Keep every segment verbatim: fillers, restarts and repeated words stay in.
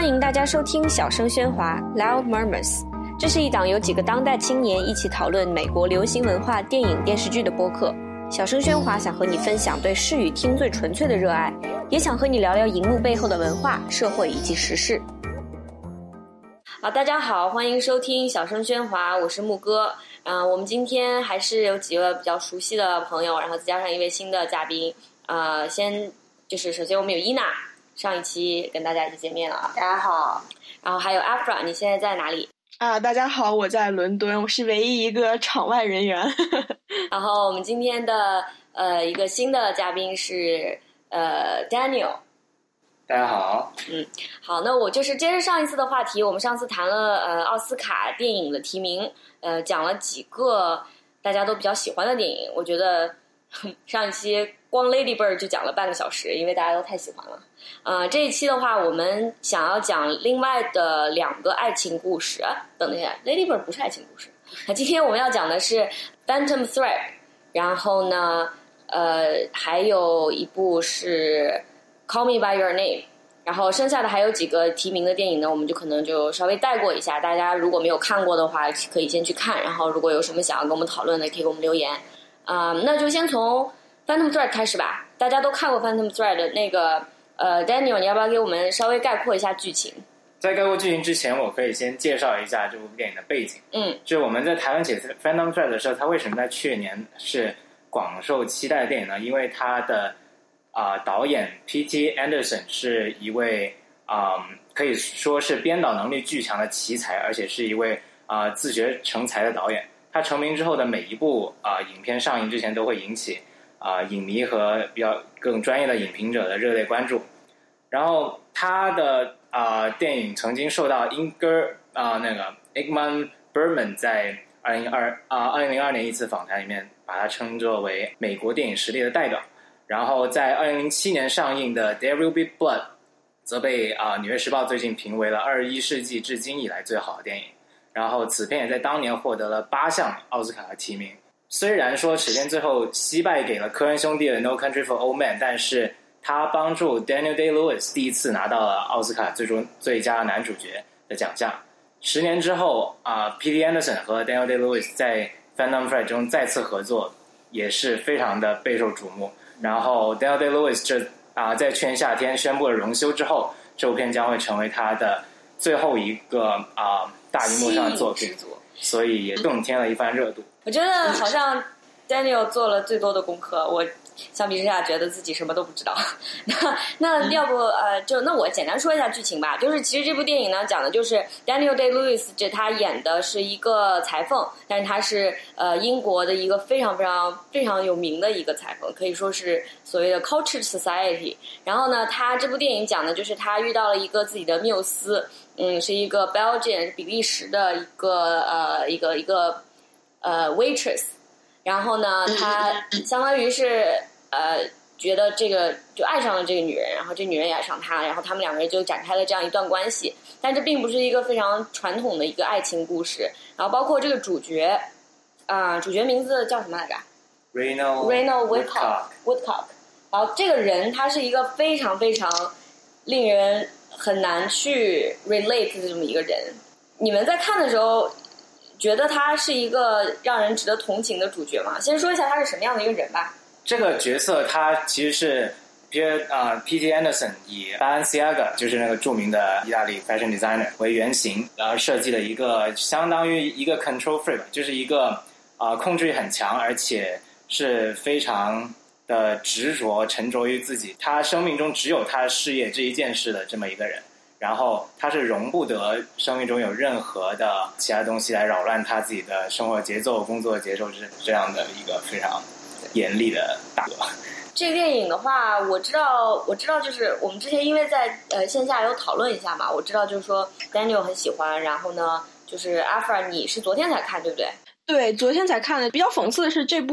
欢迎大家收听小声喧哗 Loud Murmurs， 这是一档由几个当代青年一起讨论美国流行文化、电影、电视剧的播客。小声喧哗想和你分享对视与听最纯粹的热爱，也想和你聊聊荧幕背后的文化、社会以及时事。好，大家好，欢迎收听小声喧哗，我是木哥。嗯、呃，我们今天还是有几个比较熟悉的朋友，然后再加上一位新的嘉宾。呃，先就是首先我们有伊娜，上一期跟大家一起见面了啊， 大家好。 然后还有 Afra， 你现在在哪里？ 啊，大家好，我在伦敦，我是唯一一个场外人员。 然后我们今天的呃一个新的嘉宾是呃 Daniel。 大家好。 嗯，好，那我就是接着上一次的话题，我们上次谈了呃奥斯卡电影的提名，呃讲了几个大家都比较喜欢的电影，我觉得上一期光 Lady Bird 就讲了半个小时，因为大家都太喜欢了。呃，这一期的话，我们想要讲另外的两个爱情故事。啊、等一下 ，Lady Bird 不是爱情故事。那今天我们要讲的是 Phantom Thread， 然后呢，呃，还有一部是 Call Me by Your Name， 然后剩下的还有几个提名的电影呢，我们就可能就稍微带过一下。大家如果没有看过的话，可以先去看。然后如果有什么想要跟我们讨论的，可以给我们留言。啊、呃，那就先从 Phantom Thread 开始吧。大家都看过 Phantom Thread 的那个。呃 ，Daniel， 你要不要给我们稍微概括一下剧情？ 在概括剧情之前，我可以先介绍一下这部电影的背景。 嗯， 就是我们在台湾写 Phantom Thread 的时候，它为什么在去年是广受期待的电影呢？因为它的啊、呃、导演 P T Anderson 是一位啊、呃、可以说是编导能力巨强的奇才，而且是一位啊、呃、自学成才的导演。他成名之后的每一部啊、呃、影片上映之前都会引起啊、呃、影迷和比较更专业的影评者的热烈关注。然后他的啊、呃、电影曾经受到英戈啊、呃、那个 Ingmar Bergman 在二零二啊二零零二年一次访谈里面把他称作为美国电影实力的代表。然后在二零零七年上映的 There Will Be Blood 则被啊、呃、纽约时报最近评为了二十一世纪至今以来最好的电影。然后此片也在当年获得了八项奥斯卡的提名。虽然说此片最后惜败给了科恩兄弟的 No Country for Old Men， 但是他帮助 Daniel Day-Lewis 第一次拿到了奥斯卡最终最佳男主角的奖项。十年之后啊、呃、P T Anderson 和 Daniel Day-Lewis 在 Phantom Thread 中再次合作，也是非常的备受瞩目。然后 Daniel Day-Lewis 这啊、呃、在去年夏天宣布了荣休之后，这部片将会成为他的最后一个啊、呃、大荧幕上的作品，所以也更添了一番热度。 我觉得好像 Daniel 做了最多的功课，我相比之下觉得自己什么都不知道。那那要不呃，就那我简单说一下剧情吧。就是其实这部电影呢讲的就是 Daniel Day-Lewis 这他演的是一个裁缝，但是他是呃英国的一个非常非常非常有名的一个裁缝，可以说是所谓的 cultured society。然后呢，他这部电影讲的就是他遇到了一个自己的缪斯，嗯，是一个 Belgian 比利时的一个呃一个一个呃 waitress。然后呢，他相当于是呃觉得这个就爱上了这个女人，然后这女人也爱上他，然后他们两个人就展开了这样一段关系。但这并不是一个非常传统的一个爱情故事。然后包括这个主角，啊、呃，主角名字叫什么来着 ？Reno Reno Woodcock Woodcock。然后这个人他是一个非常非常令人很难去 relate 的这么一个人。你们在看的时候，觉得他是一个让人值得同情的主角吗？先说一下他是什么样的一个人吧。 这个角色他其实是 P 啊、呃、P T Anderson 以 Balenciaga 就是那个著名的意大利 fashion designer 为原型，然后设计了一个相当于一个 control freak， 就是一个啊、呃、控制欲很强，而且是非常的执着沉着于自己，他生命中只有他事业这一件事的这么一个人。然后他是容不得生命中有任何的其他东西来扰乱他自己的生活节奏、工作节奏，是这样的一个非常严厉的大哥。 这个电影的话，我知道，我知道，就是我们之前因为在呃线下有讨论一下嘛，我知道就是说 Daniel 很喜欢，然后呢，就是 Afra 你是昨天才看对不对？ 对，昨天才看的。比较讽刺的是，这部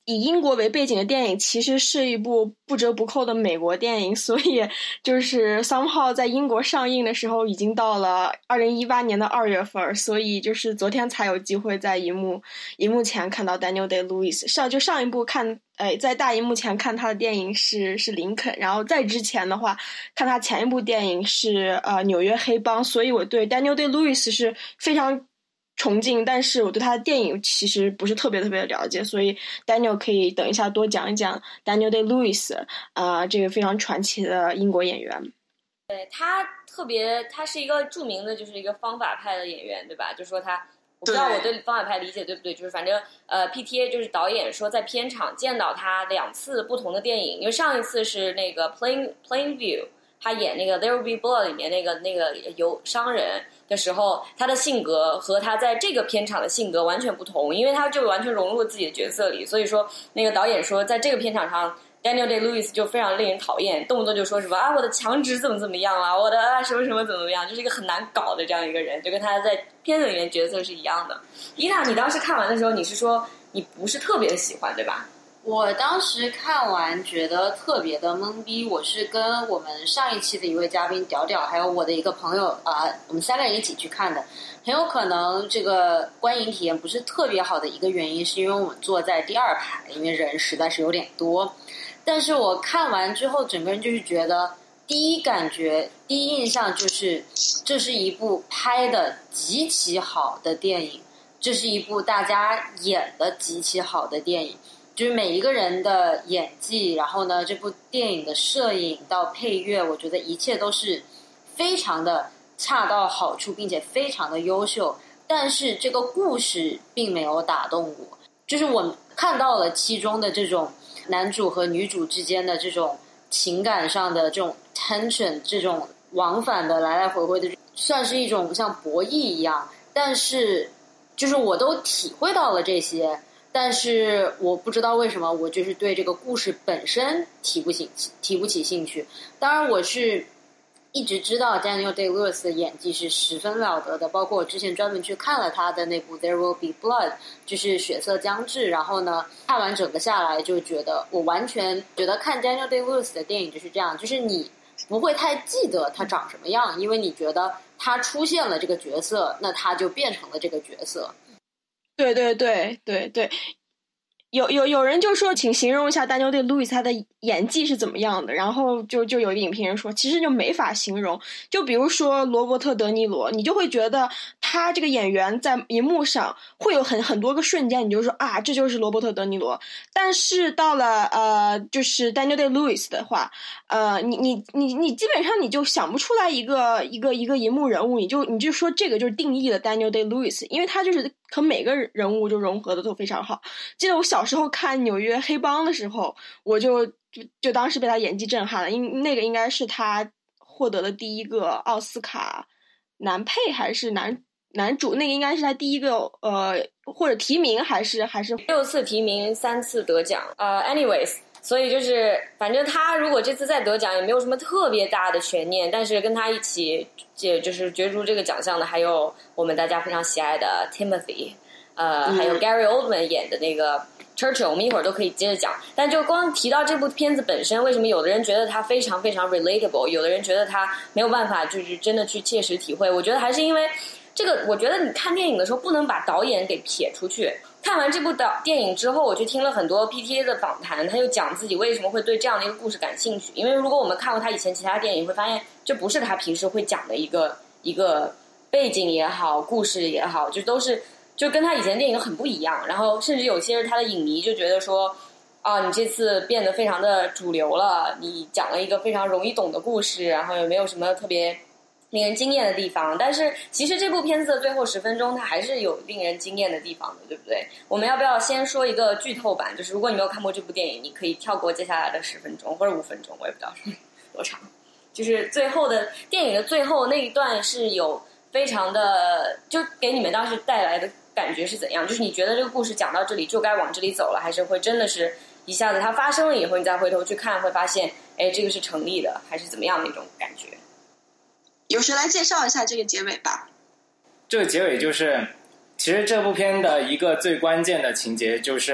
以英国为背景的电影其实是一部不折不扣的美国电影，所以就是 somehow 在英国上映的时候已经到了二零一八年的二月份，所以就是昨天才有机会在荧幕荧幕前看到 Daniel Day-Lewis。上就上一部看呃在大荧幕前看他的电影是是林肯，然后在之前的话看他前一部电影是呃纽约黑帮，所以我对 Daniel Day-Lewis 是非常崇敬，但是我对他的电影其实不是特别特别的了解，所以 Daniel 可以等一下多讲一讲 Daniel Day-Lewis 啊、呃，这个非常传奇的英国演员。 对，他特别，他是一个著名的，就是一个方法派的演员，对吧？就说他，我不知道我对方法派理解对不对，就是反正呃 P T A 就是导演说在片场见到他两次不同的电影，因为上一次是那个 Plain Plainview， 他演那个 There Will Be Blood 里面那个那个游商人的时候，他的性格和他在这个片场的性格完全不同，因为他就完全融入了自己的角色里，所以说那个导演说在这个片场上Daniel Day-Lewis 就非常令人讨厌，动不动就说什么啊我的墙纸怎么怎么样啊，我的啊什么什么怎么怎么样，就是一个很难搞的这样一个人，就跟他在片子里面角色是一样的。伊娜，你当时看完的时候，你是说你不是特别的喜欢，对吧？ 我当时看完觉得特别的懵逼，我是跟我们上一期的一位嘉宾屌屌，还有我的一个朋友啊、呃，我们三个人一起去看的。很有可能这个观影体验不是特别好的一个原因，是因为我们坐在第二排，因为人实在是有点多。但是我看完之后，整个人就是觉得，第一感觉、第一印象就是，这是一部拍的极其好的电影，这是一部大家演的极其好的电影。就是每一个人的演技，然后呢，这部电影的摄影到配乐，我觉得一切都是非常的恰到好处，并且非常的优秀。但是这个故事并没有打动我，就是我看到了其中的这种男主和女主之间的这种情感上的这种 tension， 这种往返的来来回回的，算是一种像博弈一样。但是就是我都体会到了这些。但是我不知道为什么，我就是对这个故事本身提不起提不起兴趣。当然，我是一直知道 Daniel Day-Lewis 的演技是十分了得的，包括我之前专门去看了他的那部 There Will Be Blood， 就是血色将至。然后呢，看完整个下来就觉得，我完全觉得看 Daniel Day-Lewis 的电影就是这样，就是你不会太记得他长什么样，因为你觉得他出现了这个角色，那他就变成了这个角色。 对对对对对，有有有人就说，请形容一下 Daniel Day-Lewis 他的演技是怎么样的，然后就就有一个影评人说，其实就没法形容。就比如说罗伯特·德尼罗，你就会觉得他这个演员在荧幕上会有很很多个瞬间，你就说啊，这就是罗伯特·德尼罗。但是到了呃，就是 Daniel Day-Lewis 的话，呃，你你你你基本上你就想不出来一个一个一个荧幕人物，你就你就说这个就是定义的 Daniel Day-Lewis，因为他就是和每个人物就融合的都非常好。记得我小时候看纽约黑帮的时候，我就就就当时被他演技震撼了，因那个应该是他获得的第一个奥斯卡男配还是男男主，那个应该是他第一个呃或者提名还是还是六次提名三次得奖呃 anyways， 所以就是反正他如果这次再得奖也没有什么特别大的悬念，但是跟他一起也就是角逐这个奖项的还有我们大家非常喜爱的 Timothy， 呃、嗯、还有 Gary Oldman 演的那个Churchill， 我们一会儿都可以接着讲。但就光提到这部片子本身，为什么有的人觉得它非常非常 relatable， 有的人觉得它没有办法就是真的去切实体会，我觉得还是因为这个，我觉得你看电影的时候不能把导演给撇出去。看完这部导电影之后，我去听了很多 P T A 的访谈，他就讲自己为什么会对这样的一个故事感兴趣。因为如果我们看过他以前其他电影，会发现这不是他平时会讲的一个一个背景也好，故事也好，就都是就跟他以前电影很不一样。然后甚至有些他的影迷就觉得说，啊，你这次变得非常的主流了，你讲了一个非常容易懂的故事，然后也没有什么特别令人惊艳的地方。但是其实这部片子的最后十分钟它还是有令人惊艳的地方的，对不对？我们要不要先说一个剧透版，就是如果你没有看过这部电影，你可以跳过接下来的十分钟或者五分钟，我也不知道是多长。就是最后的电影的最后那一段是有非常的，就给你们当时带来的感觉是怎样？就是你觉得这个故事讲到这里就该往这里走了，还是会真的是一下子它发生了以后你再回头去看会发现，哎，这个是成立的，还是怎么样的一种感觉？ 有谁来介绍一下这个结尾吧？ 这个结尾就是，其实这部片的一个最关键的情节就是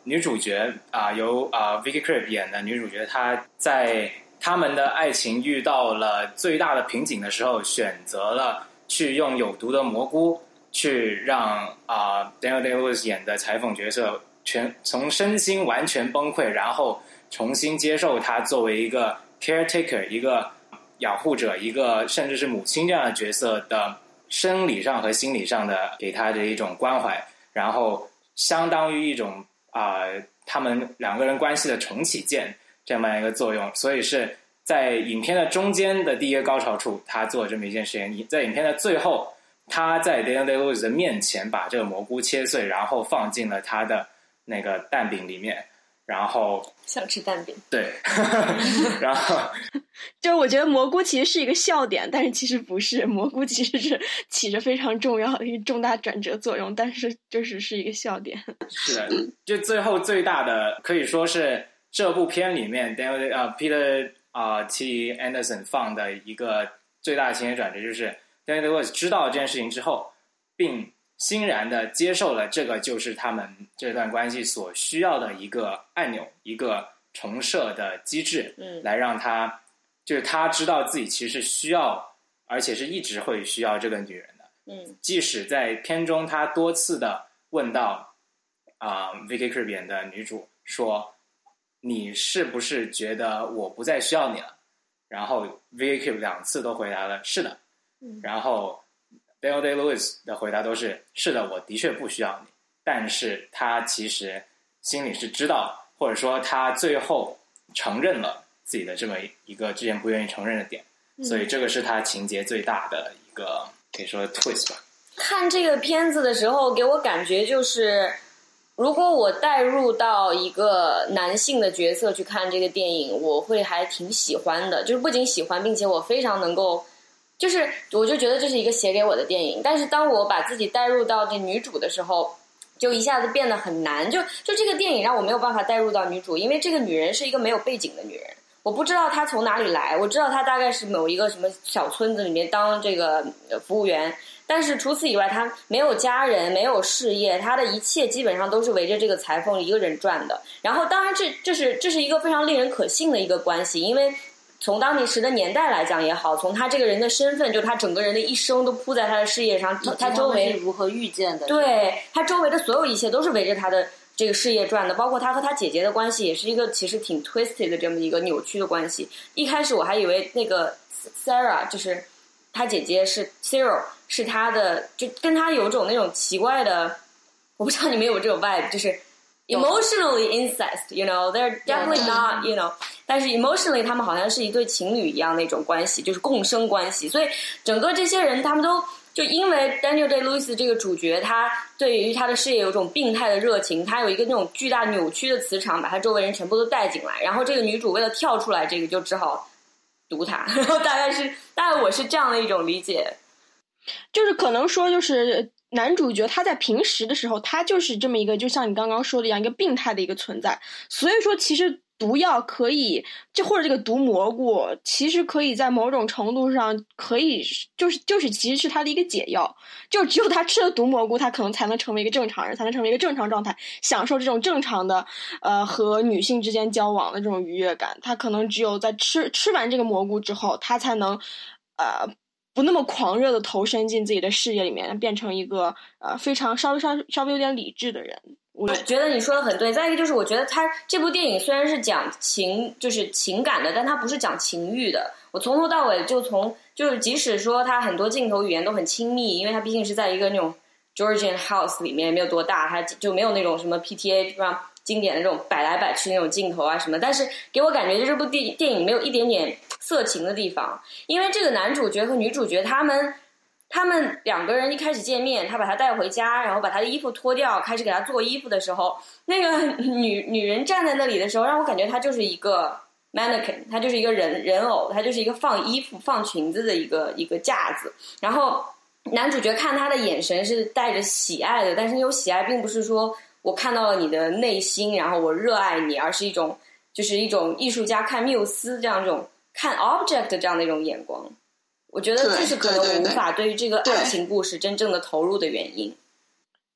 女主角啊、呃，由啊、呃、Vicky Krieps 演的女主角，她在他们的爱情遇到了最大的瓶颈的时候，选择了去用有毒的蘑菇去让啊、呃、Daniel Day-Lewis 演的裁缝角色全从身心完全崩溃，然后重新接受他作为一个 caretaker 一个养护者，一个甚至是母亲这样的角色的生理上和心理上的给他的一种关怀，然后相当于一种啊、呃、他们两个人关系的重启键这么一个作用。所以是在影片的中间的第一个高潮处他做这么一件事情，在影片的最后他在 Daniel Day-Lewis 的面前把这个蘑菇切碎，然后放进了他的那个蛋饼里面，然后想吃蛋饼， 对然后就是我觉得蘑菇其实是一个笑点，但是其实不是，蘑菇其实是起着非常重要的一个重大转折作用，但是就是是一个笑点。 是的，就最后最大的可以说是这部片里面 Daniel 呃 Peter 啊、呃、T Anderson 放的一个最大的情节转折，就是 Daniel Day-Lewis 知道这件事情之后，并欣然的接受了这个就是他们这段关系所需要的一个按钮，一个重设的机制， 嗯， 来让他就是他知道自己其实需要，而且是一直会需要这个女人的。 嗯， 即使在片中他多次的问到啊、呃、Vicky Krieps 演的女主说你是不是觉得我不再需要你了，然后 Vicky Krieps 两次都回答了是的， 嗯， 然后 Daniel Day-Lewis 的回答都是是的，我的确不需要你，但是他其实心里是知道，或者说他最后承认了自己的这么一个之前不愿意承认的点，所以这个是他情节最大的一个可以说 twist 吧。 看这个片子的时候给我感觉就是如果我带入到一个男性的角色去看这个电影，我会还挺喜欢的，就是不仅喜欢，并且我非常能够就是我就觉得这是一个写给我的电影。但是当我把自己带入到这女主的时候，就一下子变得很难，就就这个电影让我没有办法带入到女主，因为这个女人是一个没有背景的女人，我不知道她从哪里来，我知道她大概是某一个什么小村子里面当这个服务员，但是除此以外她没有家人，没有事业，她的一切基本上都是围着这个裁缝一个人转的。然后当然这这是这是一个非常令人可信的一个关系，因为从当时的年代来讲也好，从他这个人的身份，就他整个人的一生都扑在他的事业上，他周围是如何遇见的， 对，他周围的所有一切都是围着他的这个事业转的，包括他和他姐姐的关系也是一个其实挺 twisted 的这么一个扭曲的关系。一开始我还以为那个 Sarah 就是他姐姐是 Cyril 是他的，就跟他有种那种奇怪的，我不知道你们有没有这种 vibe， 就是emotionally incest, you know, they're definitely not, you know, 但是 emotionally 他们好像是一对情侣一样那种关系，就是共生关系。所以整个这些人他们都就因为 Daniel Day-Lewis 这个主角，他对于他的事业有一种病态的热情，他有一个那种巨大扭曲的磁场，把他周围人全部都带进来，然后这个女主为了跳出来，这个就只好毒他，然后大概是大概我是这样的一种理解， 就是可能说就是男主角他在平时的时候他就是这么一个就像你刚刚说的一样一个病态的一个存在，所以说其实毒药可以这或者这个毒蘑菇其实可以在某种程度上可以就是就是其实是他的一个解药，就只有他吃了毒蘑菇他可能才能成为一个正常人，才能成为一个正常状态，享受这种正常的呃和女性之间交往的这种愉悦感，他可能只有在吃吃完这个蘑菇之后他才能呃不那么狂热的投身进自己的事业里面，变成一个呃非常稍微稍稍微有点理智的人。 我觉得你说的很对。再一个就是我觉得他这部电影虽然是讲情就是情感的，但他不是讲情欲的。我从头到尾就从就是即使说他很多镜头语言都很亲密，因为他毕竟是在一个那种 Georgian house 里面，没有多大，他就没有那种什么 P T A 是吧经典的这种摆来摆去那种镜头啊什么，但是给我感觉就这部电电影没有一点点色情的地方。因为这个男主角和女主角他们他们两个人一开始见面，他把他带回家，然后把他的衣服脱掉，开始给他做衣服的时候，那个女女人站在那里的时候，让我感觉她就是一个 mannequin， 她就是一个人人偶，她就是一个放衣服放裙子的一个一个架子。然后男主角看他的眼神是带着喜爱的，但是那种喜爱并不是说我看到了你的内心，然后我热爱你，而是一种就是一种艺术家看缪斯这样一种看 object 这样的一种眼光。我觉得这是可能我无法对于这个爱情故事真正的投入的原因。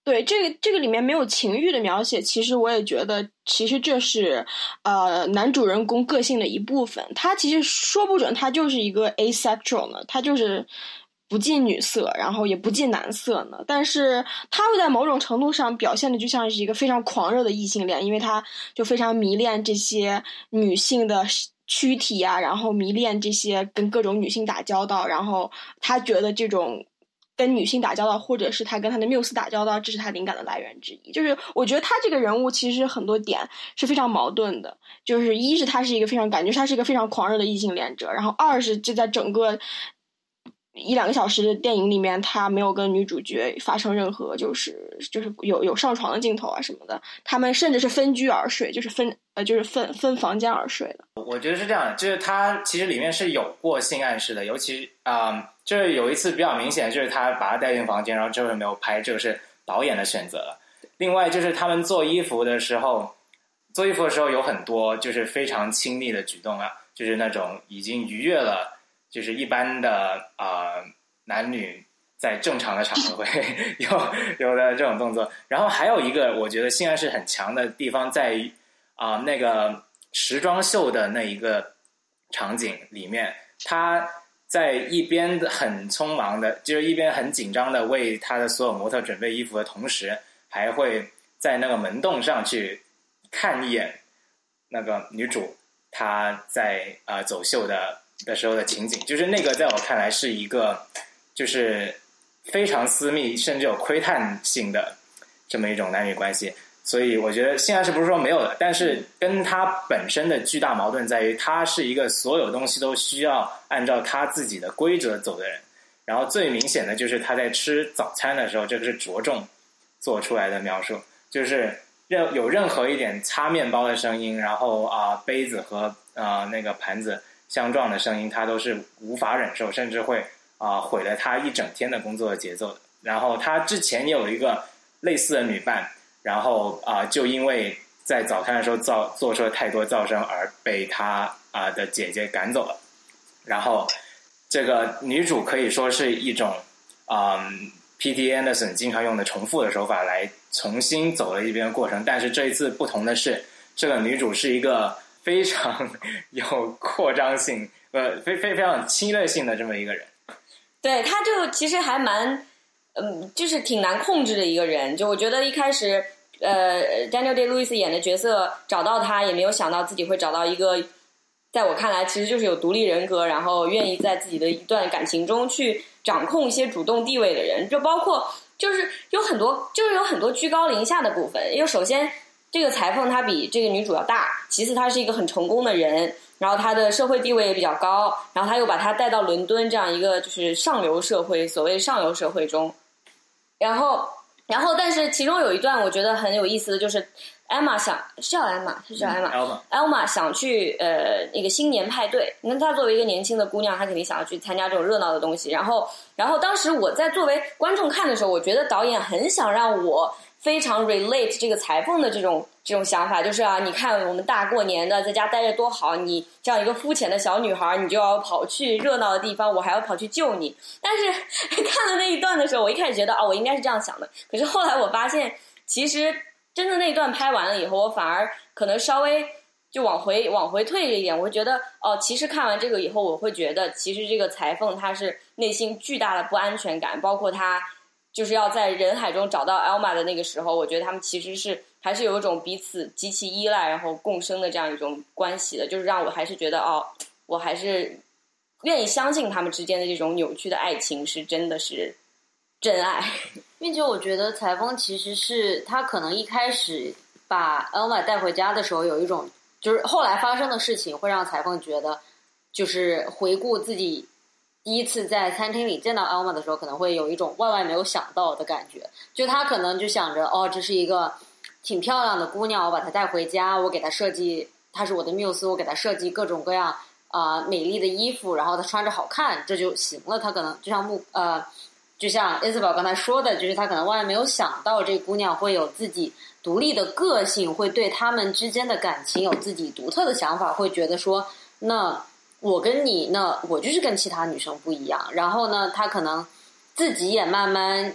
对，这个这个里面没有情欲的描写，其实我也觉得，其实这是呃男主人公个性的一部分。他其实说不准他就是一个 asexual 呢，他就是不近女色，然后也不近男色呢。但是他会在某种程度上表现的就像是一个非常狂热的异性恋，因为他就非常迷恋这些女性的躯体啊，然后迷恋这些跟各种女性打交道，然后他觉得这种跟女性打交道，或者是他跟他的缪斯打交道，这是他灵感的来源之一。就是我觉得他这个人物其实很多点是非常矛盾的，就是一是他是一个非常感觉他是一个非常狂热的异性恋者，然后二是就在整个一两个小时的电影里面，他没有跟女主角发生任何就是就是有有上床的镜头啊什么的，他们甚至是分居而睡，就是分呃就是分分房间而睡的。 我觉得是这样，就是他其实里面是有过性暗示的，尤其啊、嗯，就是有一次比较明显，就是他把他带进房间，然后之后没有拍，这个是导演的选择了。另外就是他们做衣服的时候，做衣服的时候有很多就是非常亲密的举动啊，就是那种已经逾越了就是一般的啊、呃、男女在正常的场合会有有的这种动作。然后还有一个我觉得性暗示很强的地方在于啊、呃、那个时装秀的那一个场景里面，他在一边很匆忙的，就是一边很紧张的为他的所有模特准备衣服的同时，还会在那个门洞上去看一眼那个女主她在呃走秀的的时候的情景，就是那个在我看来是一个就是非常私密甚至有窥探性的这么一种男女关系。所以我觉得性暗示不是说没有的，但是跟他本身的巨大矛盾在于他是一个所有东西都需要按照他自己的规则走的人。然后最明显的就是他在吃早餐的时候，这个是着重做出来的描述，就是任有任何一点擦面包的声音，然后啊、呃、杯子和啊、呃、那个盘子相撞的声音，他都是无法忍受，甚至会啊、呃、毁了他一整天的工作的节奏的。然后他之前也有一个类似的女伴，然后啊、呃、就因为在早餐的时候造做出了太多噪声而被他啊、呃、的姐姐赶走了。然后这个女主可以说是一种嗯 P T Anderson 经常用的重复的手法来重新走了一遍的过程，但是这一次不同的是，这个女主是一个非常有扩张性呃非非非常侵略性的这么一个人。 对，她就其实还蛮嗯就是挺难控制的一个人。就我觉得一开始呃 Daniel Day-Lewis 演的角色找到他也没有想到自己会找到一个在我看来其实就是有独立人格，然后愿意在自己的一段感情中去掌控一些主动地位的人。就包括就是有很多就是有很多居高临下的部分，因为首先这个裁缝他比这个女主要大，其次他是一个很成功的人，然后他的社会地位也比较高，然后他又把他带到伦敦这样一个就是上流社会，所谓上流社会中。然后然后但是其中有一段我觉得很有意思的就是Emma 想是叫 Emma 她是叫 Emma、嗯、Emma 想去呃那个新年派对，那她作为一个年轻的姑娘，她肯定想要去参加这种热闹的东西。然后然后当时我在作为观众看的时候，我觉得导演很想让我非常 relate 这个裁缝的这种这种想法，就是啊，你看我们大过年的在家待着多好，你这样一个肤浅的小女孩，你就要跑去热闹的地方，我还要跑去救你。但是看了那一段的时候，我一开始觉得啊，我应该是这样想的，可是后来我发现其实真的那段拍完了以后，我反而可能稍微就往回往回退了一点，我会觉得哦，其实看完这个以后，我会觉得其实这个裁缝他是内心巨大的不安全感，包括他就是要在人海中找到 Elma 的那个时候，我觉得他们其实是还是有一种彼此极其依赖然后共生的这样一种关系的，就是让我还是觉得哦，我还是愿意相信他们之间的这种扭曲的爱情是真的是真爱。 并且我觉得裁缝其实是他可能一开始把 Elma 带回家的时候有一种就是后来发生的事情会让裁缝觉得就是回顾自己第一次在餐厅里见到 Elma 的时候可能会有一种万万没有想到的感觉，就他可能就想着哦，这是一个挺漂亮的姑娘，我把她带回家，我给她设计，她是我的缪斯，我给她设计各种各样啊、呃、美丽的衣服，然后她穿着好看这就行了。她可能就像木呃就像 Isabel 刚才说的，就是她可能万万没有想到这姑娘会有自己独立的个性，会对他们之间的感情有自己独特的想法，会觉得说那我跟你那我就是跟其他女生不一样。然后呢她可能自己也慢慢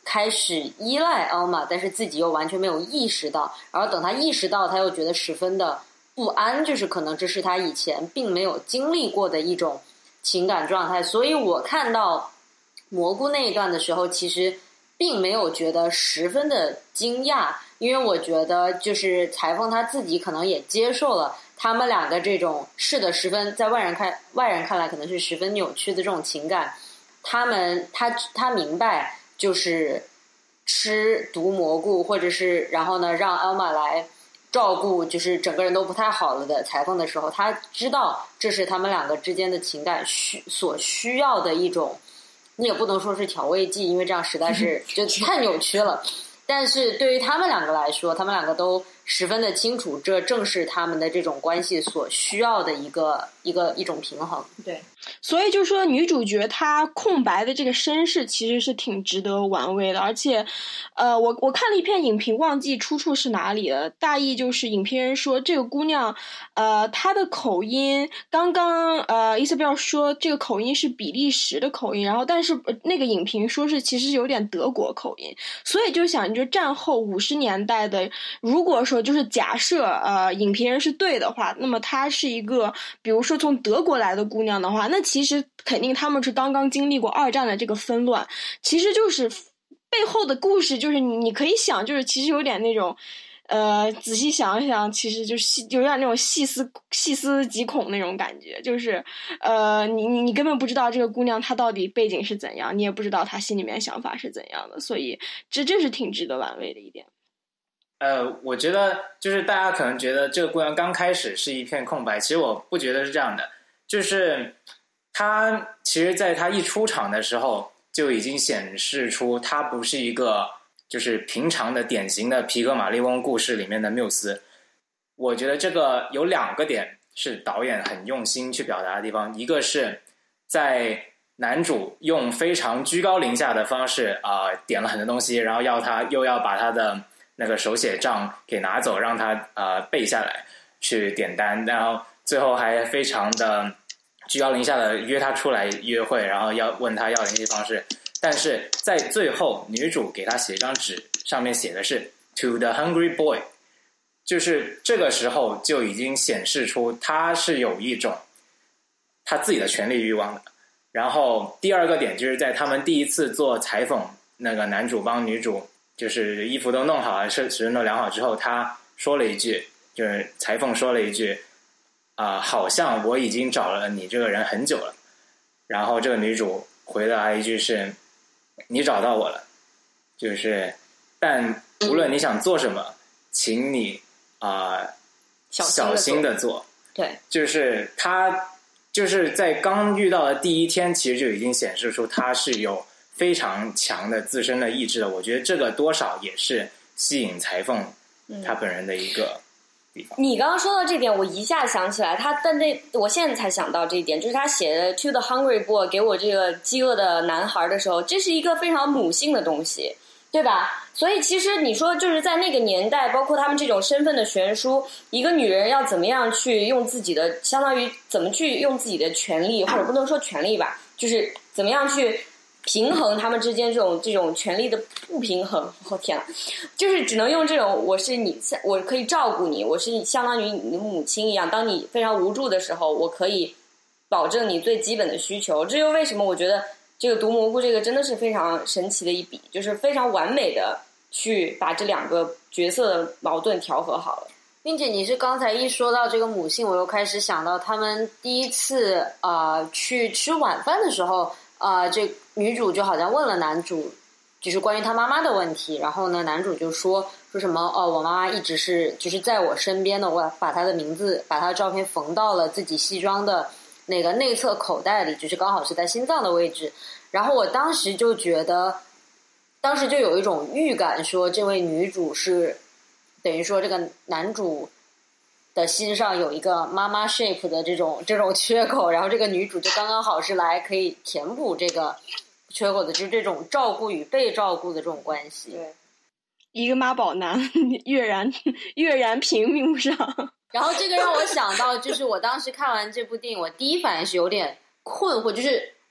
开始依赖 Alma， 但是自己又完全没有意识到，然后等他意识到，他又觉得十分的不安，就是可能这是他以前并没有经历过的一种情感状态。所以我看到蘑菇那一段的时候，其实并没有觉得十分的惊讶，因为我觉得就是裁缝他自己可能也接受了他们两个这种是的十分在外人看外人看来可能是十分扭曲的这种情感，他们他他明白就是吃毒蘑菇或者是然后呢让 Alma 来照顾就是整个人都不太好了的裁缝的时候，他知道这是他们两个之间的情感需所需要的一种，你也不能说是调味剂，因为这样实在是就太扭曲了。但是对于他们两个来说，他们两个都十分的清楚，这正是他们的这种关系所需要的一个一个一种平衡。 对，所以就说女主角她空白的这个身世其实是挺值得玩味的，而且，呃，我我看了一篇影评，忘记出处是哪里了，大意就是影评人说这个姑娘，呃，她的口音，刚刚呃伊瑟贝尔说这个口音是比利时的口音，然后但是那个影评说是其实有点德国口音，所以就想就战后五十年代的，如果说就是假设呃影评人是对的话，那么她是一个比如说从德国来的姑娘的话，那其实肯定他们是刚刚经历过二战的这个纷乱，其实就是背后的故事，就是你你可以想，就是其实有点那种，呃，仔细想一想，其实就是有点那种细思细思极恐那种感觉，就是呃，你你你根本不知道这个姑娘她到底背景是怎样，你也不知道她心里面想法是怎样的，所以这这是挺值得玩味的一点。 呃，我觉得就是大家可能觉得这个姑娘刚开始是一片空白，其实我不觉得是这样的，就是她其实在她一出场的时候就已经显示出她不是一个就是平常的典型的皮格马利翁故事里面的缪斯。我觉得这个有两个点是导演很用心去表达的地方，一个是在男主用非常居高临下的方式啊、呃、点了很多东西，然后要他又要把他的那个手写账给拿走，让他呃背下来去点单，然后最后还非常的居高临下的约他出来约会，然后要问他要联系方式。但是在最后女主给他写一张纸，上面写的是 To the hungry boy， 就是这个时候就已经显示出他是有一种他自己的权利欲望的。然后第二个点就是在他们第一次做裁缝，那个男主帮女主就是衣服都弄好了，尺寸都量好之后，他说了一句，就是裁缝说了一句啊、呃，好像我已经找了你这个人很久了。然后这个女主回答一句是你找到我了，就是但无论你想做什么、嗯、请你啊、呃、小心的做。 对， 就是他就是在刚遇到的第一天其实就已经显示出他是有非常强的自身的意志的，我觉得这个多少也是吸引裁缝他本人的一个地方。 嗯、你刚刚说到这点，我一下想起来，他但那我现在才想到这一点，就是他写的 To the hungry boy 给我这个饥饿的男孩的时候，这是一个非常母性的东西，对吧？所以其实你说就是在那个年代，包括他们这种身份的悬殊，一个女人要怎么样去用自己的，相当于怎么去用自己的权利，或者不能说权利吧，就是怎么样去平衡他们之间这种这种权力的不平衡。我、哦、天啊，就是只能用这种我是你，我可以照顾你，我是相当于你的母亲一样，当你非常无助的时候，我可以保证你最基本的需求。这就为什么我觉得这个毒蘑菇这个真的是非常神奇的一笔，就是非常完美的去把这两个角色的矛盾调和好了。 并且你是刚才一说到这个母性，我又开始想到他们第一次啊、呃、去吃晚饭的时候啊、呃，这女主就好像问了男主就是关于他妈妈的问题，然后呢男主就说说什么哦，我妈妈一直是就是在我身边的，我把她的名字把她的照片缝到了自己西装的那个内侧口袋里，就是刚好是在心脏的位置。然后我当时就觉得当时就有一种预感说这位女主是等于说这个男主的心上有一个妈妈 shape 的这种这种缺口，然后这个女主就刚刚好是来可以填补这个缺口的，就是这种照顾与被照顾的这种关系。 对， 一个妈宝男跃然跃然屏幕上。 然后这个让我想到，就是我当时看完这部电影，我第一反应是有点困惑，就是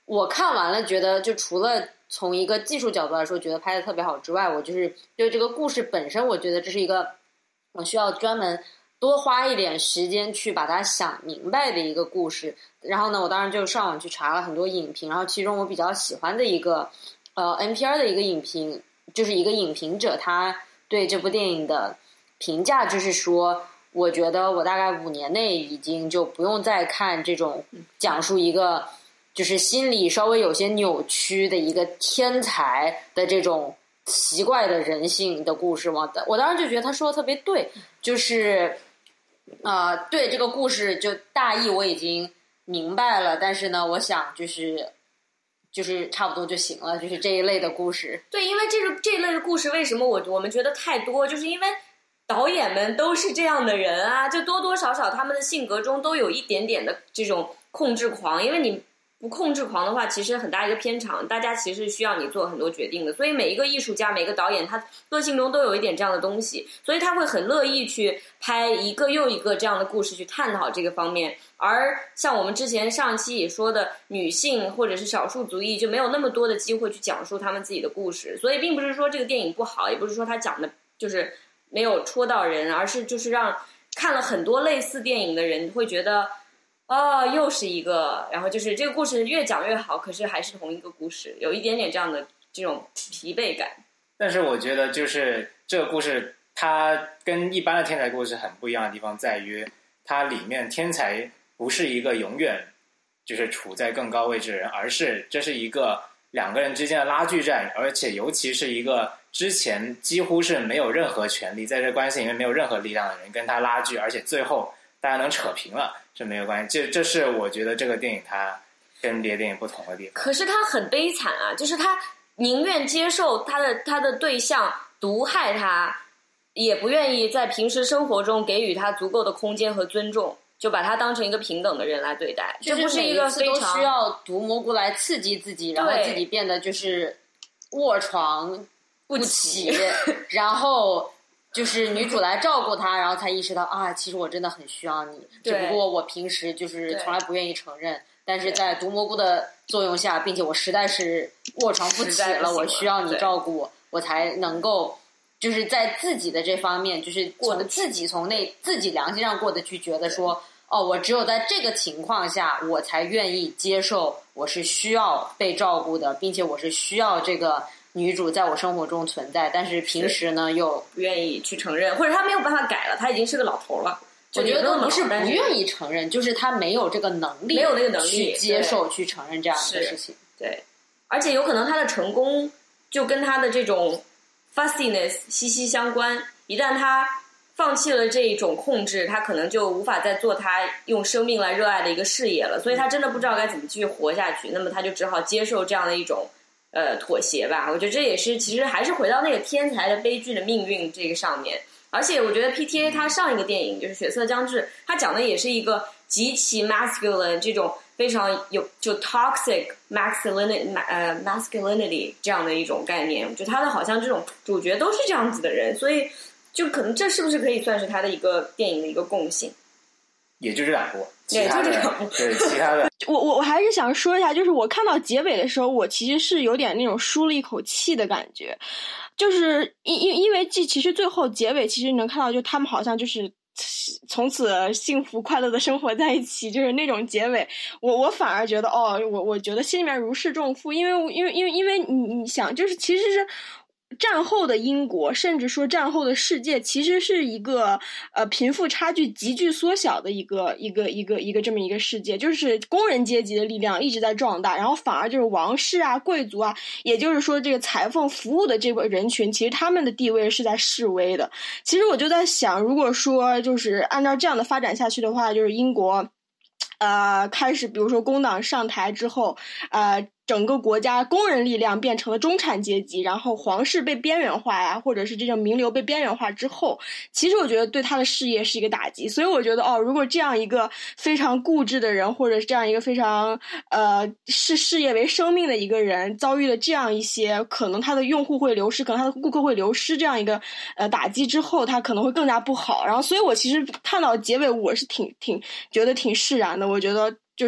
我看完了觉得，就除了从一个技术角度来说觉得拍的特别好之外，我就是对这个故事本身，我觉得这是一个我需要专门多花一点时间去把它想明白的一个故事。然后呢，我当然就上网去查了很多影评，然后其中我比较喜欢的一个呃 N P R 的一个影评，就是一个影评者，他对这部电影的评价就是说，我觉得我大概五年内已经就不用再看这种讲述一个就是心理稍微有些扭曲的一个天才的这种奇怪的人性的故事嘛。我当时就觉得他说的特别对，就是呃，对这个故事就大意我已经明白了，但是呢，我想就是就是差不多就行了，就是这一类的故事。 对，因为这个这一类的故事，为什么我我们觉得太多，就是因为导演们都是这样的人啊，就多多少少他们的性格中都有一点点的这种控制狂，因为你不控制狂的话，其实很大一个片场，大家其实需要你做很多决定的，所以每一个艺术家每个导演他个性中都有一点这样的东西，所以他会很乐意去拍一个又一个这样的故事去探讨这个方面。而像我们之前上期也说的，女性或者是少数族裔就没有那么多的机会去讲述他们自己的故事，所以并不是说这个电影不好，也不是说他讲的就是没有戳到人，而是就是让看了很多类似电影的人会觉得哦，又是一个，然后就是这个故事越讲越好，可是还是同一个故事，有一点点这样的这种疲惫感。 但是我觉得就是这个故事它跟一般的天才故事很不一样的地方在于，它里面天才不是一个永远就是处在更高位置的人，而是这是一个两个人之间的拉锯战，而且尤其是一个之前几乎是没有任何权利，在这关系里面没有任何力量的人跟他拉锯，而且最后大家能扯平了是没有关系。这这是我觉得这个电影它跟别的电影不同的地方。 可是他很悲惨啊，就是他宁愿接受他的他的对象毒害他，也不愿意在平时生活中给予他足够的空间和尊重，就把他当成一个平等的人来对待。 就是这不是一个非常每一次都需要毒蘑菇来刺激自己，然后自己变得就是卧床不起，然后就是女主来照顾他，然后才意识到啊，其实我真的很需要你，只不过我平时就是从来不愿意承认，但是在毒蘑菇的作用下，并且我实在是卧床不起了，我需要你照顾我，我才能够就是在自己的这方面，就是过得自己从内自己良心上过得去，觉得说哦，我只有在这个情况下，我才愿意接受我是需要被照顾的，并且我是需要这个女主在我生活中存在，但是平时呢又不愿意去承认，或者他没有办法改了，他已经是个老头了。 我觉得都不是不愿意承认，就是他没有这个能力， 没有那个能力去接受、去承认这样的事情。 对，而且有可能他的成功就跟他的这种 fussiness 息息相关。一旦他放弃了这种控制，他可能就无法再做他用生命来热爱的一个事业了。所以他真的不知道该怎么继续活下去，那么他就只好接受这样的一种呃妥协吧。我觉得这也是其实还是回到那个天才的悲剧的命运这个上面。而且我觉得 P T A 他上一个电影就是《血色将至》，他讲的也是一个极其 masculine 这种非常有就 toxic masculinity 呃 masculinity 这样的一种概念。我觉得他的好像这种主角都是这样子的人，所以就可能这是不是可以算是他的一个电影的一个共性？ 也就这两部， 也就这两部， 对其他的。 我我我还是想说一下，就是我看到结尾的时候，我其实是有点那种舒了一口气的感觉，就是因因因为这其实最后结尾其实能看到，就他们好像就是从此幸福快乐的生活在一起，就是那种结尾。我我反而觉得哦，我我觉得心里面如释重负，因为因为因为因为你你想，就是其实是。战后的英国，甚至说战后的世界，其实是一个呃贫富差距急剧缩小的一个一个一个一个这么一个世界，就是工人阶级的力量一直在壮大，然后反而就是王室啊、贵族啊，也就是说这个裁缝服务的这个人群，其实他们的地位是在式微的。其实我就在想，如果说就是按照这样的发展下去的话，就是英国。呃，开始比如说工党上台之后，呃，整个国家工人力量变成了中产阶级，然后皇室被边缘化呀，或者是这种名流被边缘化之后，其实我觉得对他的事业是一个打击。所以我觉得哦，如果这样一个非常固执的人，或者是这样一个非常呃视事业为生命的一个人，遭遇了这样一些可能他的用户会流失，可能他的顾客会流失这样一个呃打击之后，他可能会更加不好。然后，所以我其实看到结尾，我是挺挺觉得挺释然的。我觉得就是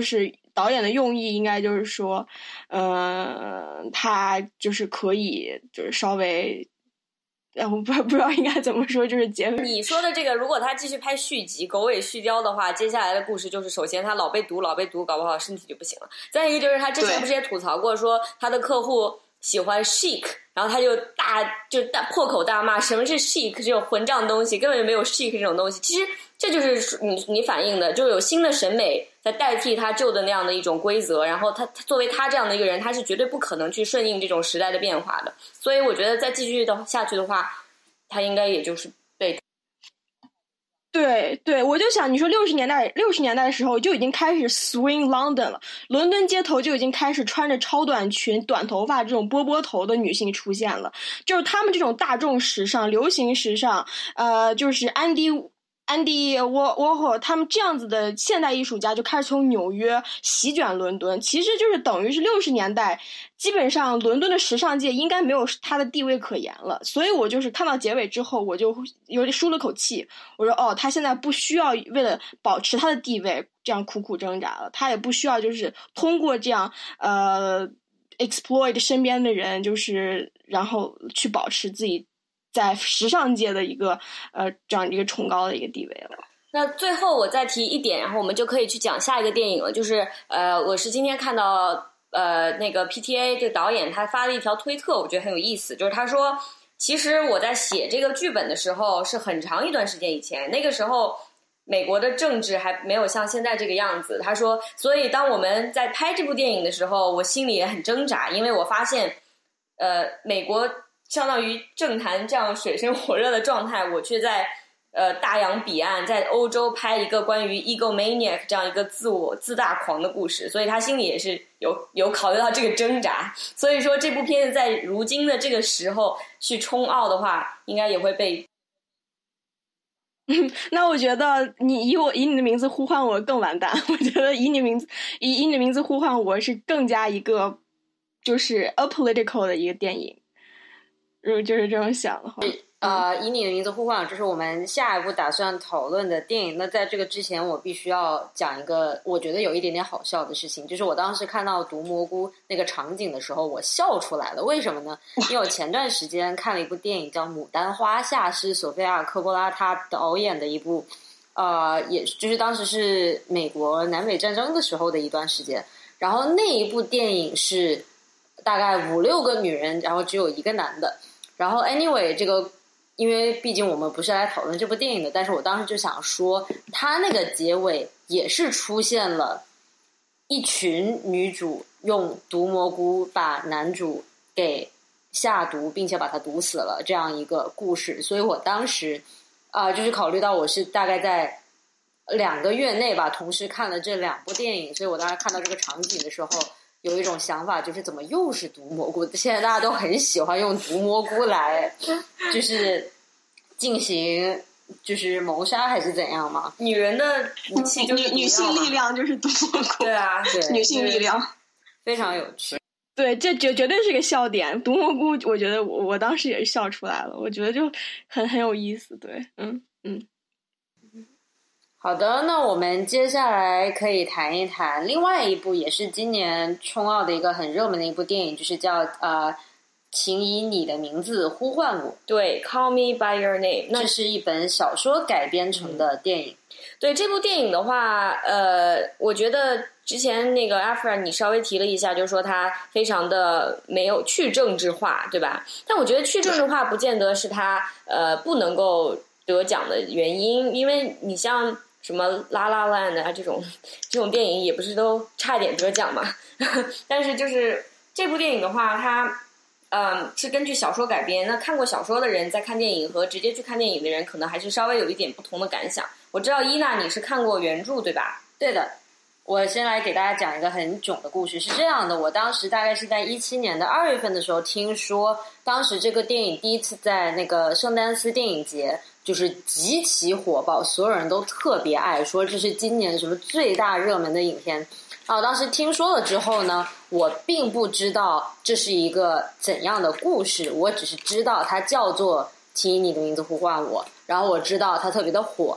导演的用意应该就是说，呃，他就是可以就是稍微。我不不知道应该怎么说，就是结尾。 你说的这个，如果他继续拍续集，狗尾续貂的话，接下来的故事就是，首先他老被毒，老被毒，搞不好身体就不行了。再一个就是他之前不是也吐槽过，说他的客户喜欢 chic， 然后他就大就大破口大骂什么是 chic 这种混账东西，根本就没有 chic 这种东西。其实这就是你你反映的，就是有新的审美在代替他旧的那样的一种规则，然后他他作为他这样的一个人，他是绝对不可能去顺应这种时代的变化的。所以我觉得再继续的下去的话，他应该也就是被。 对对，我就想你说六十年代六十年代的时候就已经开始 swing London 了，伦敦街头就已经开始穿着超短裙、短头发这种波波头的女性出现了，就是他们这种大众时尚、流行时尚，呃，就是安迪。安迪沃沃霍他们这样子的现代艺术家就开始从纽约席卷伦敦，其实就是等于是六十年代基本上伦敦的时尚界应该没有他的地位可言了。所以我就是看到结尾之后，我就有点舒了口气，我说哦，他现在不需要为了保持他的地位这样苦苦挣扎了，他也不需要就是通过这样呃 exploit 身边的人，就是然后去保持自己在时尚界的一个呃这样一个崇高的一个地位了。 那最后我再提一点，然后我们就可以去讲下一个电影了。就是呃，我是今天看到呃那个 P T A 这个导演他发了一条推特，我觉得很有意思。就是他说，其实我在写这个剧本的时候是很长一段时间以前，那个时候美国的政治还没有像现在这个样子。他说，所以当我们在拍这部电影的时候，我心里也很挣扎，因为我发现呃美国相当于政坛这样水深火热的状态，我却在呃大洋彼岸，在欧洲拍一个关于 egomaniac 这样一个自我自大狂的故事，所以他心里也是有有考虑到这个挣扎。所以说这部片子在如今的这个时候去冲奥的话，应该也会被。 那我觉得你以我以你的名字呼唤我更完蛋。我觉得以你名字以以你的名字呼唤我是更加一个就是 apolitical 的一个电影。如果就是这种想的话， 呃，以你的名字呼唤，这是我们下一步打算讨论的电影。那在这个之前，我必须要讲一个我觉得有一点点好笑的事情，就是我当时看到毒蘑菇那个场景的时候，我笑出来了。为什么呢？因为我前段时间看了一部电影叫《牡丹花下》，是索菲亚·科波拉她导演的一部，呃，也就是当时是美国南北战争的时候的一段时间。然后那一部电影是大概五六个女人，然后只有一个男的。然后 anyway 这个因为毕竟我们不是来讨论这部电影的，但是我当时就想说他那个结尾也是出现了一群女主用毒蘑菇把男主给下毒并且把他毒死了这样一个故事。所以我当时啊、呃，就是考虑到我是大概在两个月内吧同时看了这两部电影，所以我当时看到这个场景的时候有一种想法，就是怎么又是毒蘑菇？现在大家都很喜欢用毒蘑菇来，就是进行就是谋杀还是怎样嘛？ 女人的武器就是女女性力量就是毒蘑菇。 对啊， 对，女性力量非常有趣。 对，这绝绝对是个笑点。毒蘑菇，我觉得我我当时也是笑出来了，我觉得就很很有意思。对，嗯嗯。 好的，那我们接下来可以谈一谈另外一部也是今年冲奥的一个很热门的一部电影，就是叫呃，请以你的名字呼唤我。 对 ，Call Me by Your Name， 这是一本小说改编成的电影。 对这部电影的话，呃，我觉得之前那个 Afra 你稍微提了一下，就是说它非常的没有去政治化，对吧？但我觉得去政治化不见得是它呃不能够得奖的原因，因为你像什么《La La Land》啊这种这种电影也不是都差一点得奖嘛。但是就是这部电影的话，它嗯是根据小说改编。那看过小说的人在看电影和直接去看电影的人，可能还是稍微有一点不同的感想。我知道伊娜你是看过原著对吧？ 对的。我先来给大家讲一个很囧的故事，是这样的，我当时大概是在一七年的二月份的时候听说，当时这个电影第一次在那个圣丹斯电影节就是极其火爆，所有人都特别爱说这是今年什么最大热门的影片啊！当时听说了之后呢，我并不知道这是一个怎样的故事，我只是知道它叫做请以你的名字呼唤我，然后我知道它特别的火。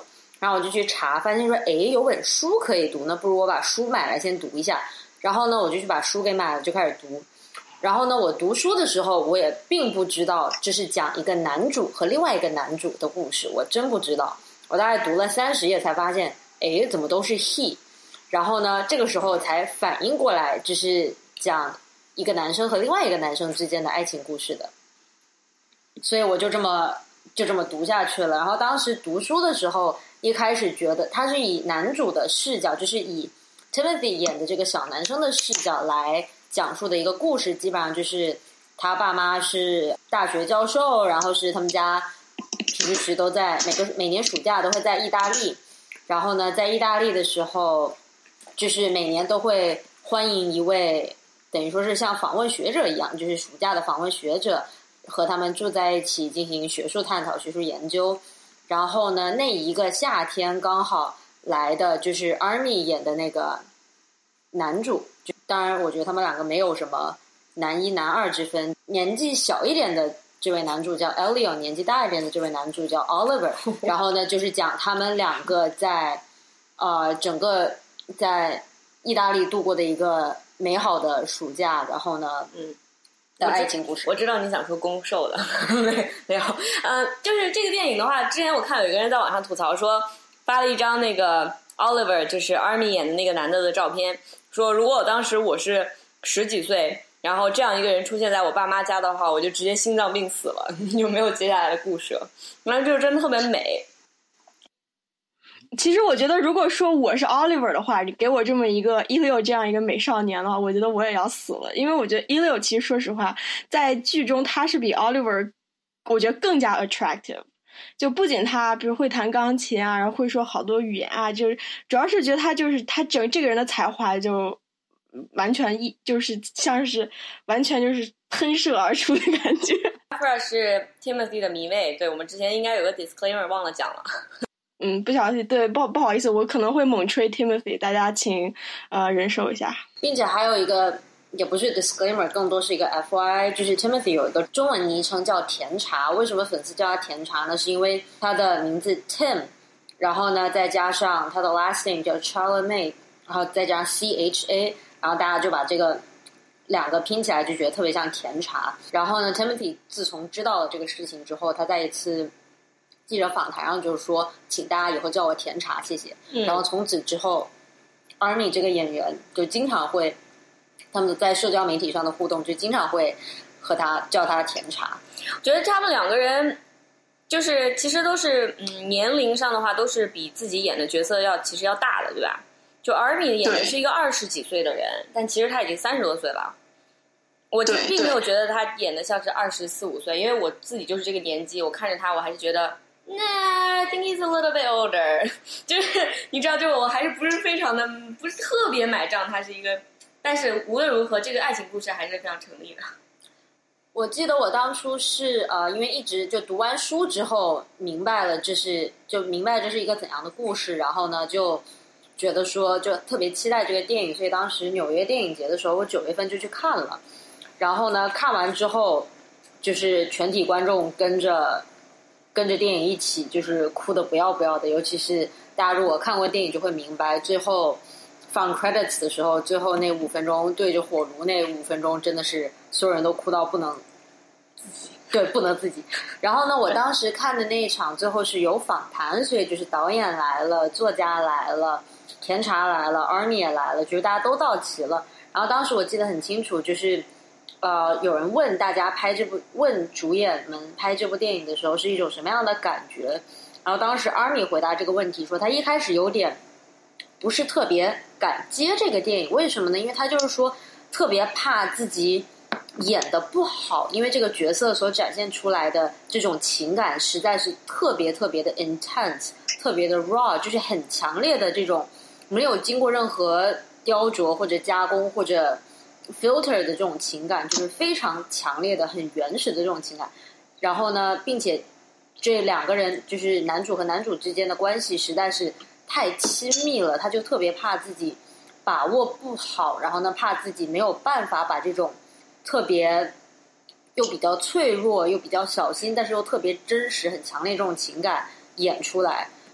然后我就去查，发现说，哎，有本书可以读，那不如我把书买来先读一下。然后呢，我就去把书给买了，就开始读。然后呢，我读书的时候，我也并不知道这是讲一个男主和另外一个男主的故事，我真不知道。我大概读了三十页才发现，哎，怎么都是 he。然后呢，这个时候才反应过来，这是讲一个男生和另外一个男生之间的爱情故事的。所以我就这么就这么读下去了。然后当时读书的时候，一开始觉得他是以男主的视角，就是以 Timothy 演的这个小男生的视角来讲述的一个故事，基本上就是他爸妈是大学教授，然后是他们家平时都在每个每年暑假都会在意大利，然后呢，在意大利的时候，就是每年都会欢迎一位等于说是像访问学者一样，就是暑假的访问学者，和他们住在一起进行学术探讨、学术研究。然后呢，那一个夏天刚好来的就是 Army 演的那个男主，就当然我觉得他们两个没有什么男一男二之分，年纪小一点的这位男主叫 Elio， 年纪大一点的这位男主叫 Oliver。 然后呢，就是讲他们两个在呃整个在意大利度过的一个美好的暑假，然后呢嗯的爱情故事。 我知道你想说攻受了没没有呃，就是这个电影的话，之前我看有一个人在网上吐槽说，发了一张那个 Oliver 就是 Army 演的那个男的的照片，说如果我当时我是十几岁，然后这样一个人出现在我爸妈家的话，我就直接心脏病死了，就没有接下来的故事了。然后就真的特别美。 其实我觉得，如果说我是 Oliver 的话，你给我这么一个一六这样一个美少年的话，我觉得我也要死了。因为我觉得一六其实说实话，在剧中他是比 Oliver 我觉得更加 attractive。就不仅他比如会弹钢琴啊，然后会说好多语言啊，就是主要是觉得他就是他整这个人的才华就完全一就是像是完全就是喷射而出的感觉。 Afra 是 Timothy 的迷妹，对，我们之前应该有个 disclaimer 忘了讲了。 嗯，不小心，对，不不好意思，我可能会猛吹 Timothy， 大家请呃忍受一下。 并且还有一个也不是 disclaimer， 更多是一个 F Y I， 就是 Timothy 有一个中文昵称叫甜茶。为什么粉丝叫他甜茶呢？是因为他的名字 Tim， 然后呢再加上他的 last name 叫 Chalamet， 然后再加上 C H A， 然后大家就把这个两个拼起来就觉得特别像甜茶。然后呢 Timothy 自从知道了这个事情之后，他在一次记者访谈上就是说，请大家以后叫我甜茶，谢谢。嗯、然后从此之后 Army 这个演员就经常会，他们在社交媒体上的互动就经常会和他叫他甜茶。 我觉得他们两个人就是其实都是嗯年龄上的话都是比自己演的角色要其实要大的，对吧？就 Army 演的是一个二十几岁的人，但其实他已经三十多岁了。我并没有觉得他演的像是二十四五岁，因为我自己就是这个年纪，我看着他我还是觉得那、nah, I think he's a little bit older， 就是你知道，就我还是不是非常的，不是特别买账，他是一个，但是无论如何，这个爱情故事还是非常成立的。 我记得我当初是呃，因为一直就读完书之后，明白了这是就明白这是一个怎样的故事，然后呢，就觉得说就特别期待这个电影，所以当时纽约电影节的时候，我九月份就去看了，然后呢，看完之后，就是全体观众跟着。跟着电影一起就是哭得不要不要的，尤其是大家如果看过电影就会明白，最后放 credits 的时候，最后那五分钟对着火炉那五分钟真的是所有人都哭到不能自己，对，不能自己。然后呢，我当时看的那一场最后是有访谈，所以就是导演来了，作家来了，甜茶来了， Army 也来了，就是大家都到齐了。然后当时我记得很清楚，就是呃，有人问大家拍这部，问主演们拍这部电影的时候是一种什么样的感觉？然后当时 Army 回答这个问题说，他一开始有点不是特别敢接这个电影，为什么呢？因为他就是说特别怕自己演得不好，因为这个角色所展现出来的这种情感实在是特别特别的 intense， 特别的 raw， 就是很强烈的这种没有经过任何雕琢或者加工或者filter 的这种情感，就是非常强烈的很原始的这种情感。然后呢，并且这两个人就是男主和男主之间的关系实在是太亲密了，他就特别怕自己把握不好，然后呢怕自己没有办法把这种特别又比较脆弱又比较小心但是又特别真实很强烈这种情感演出来。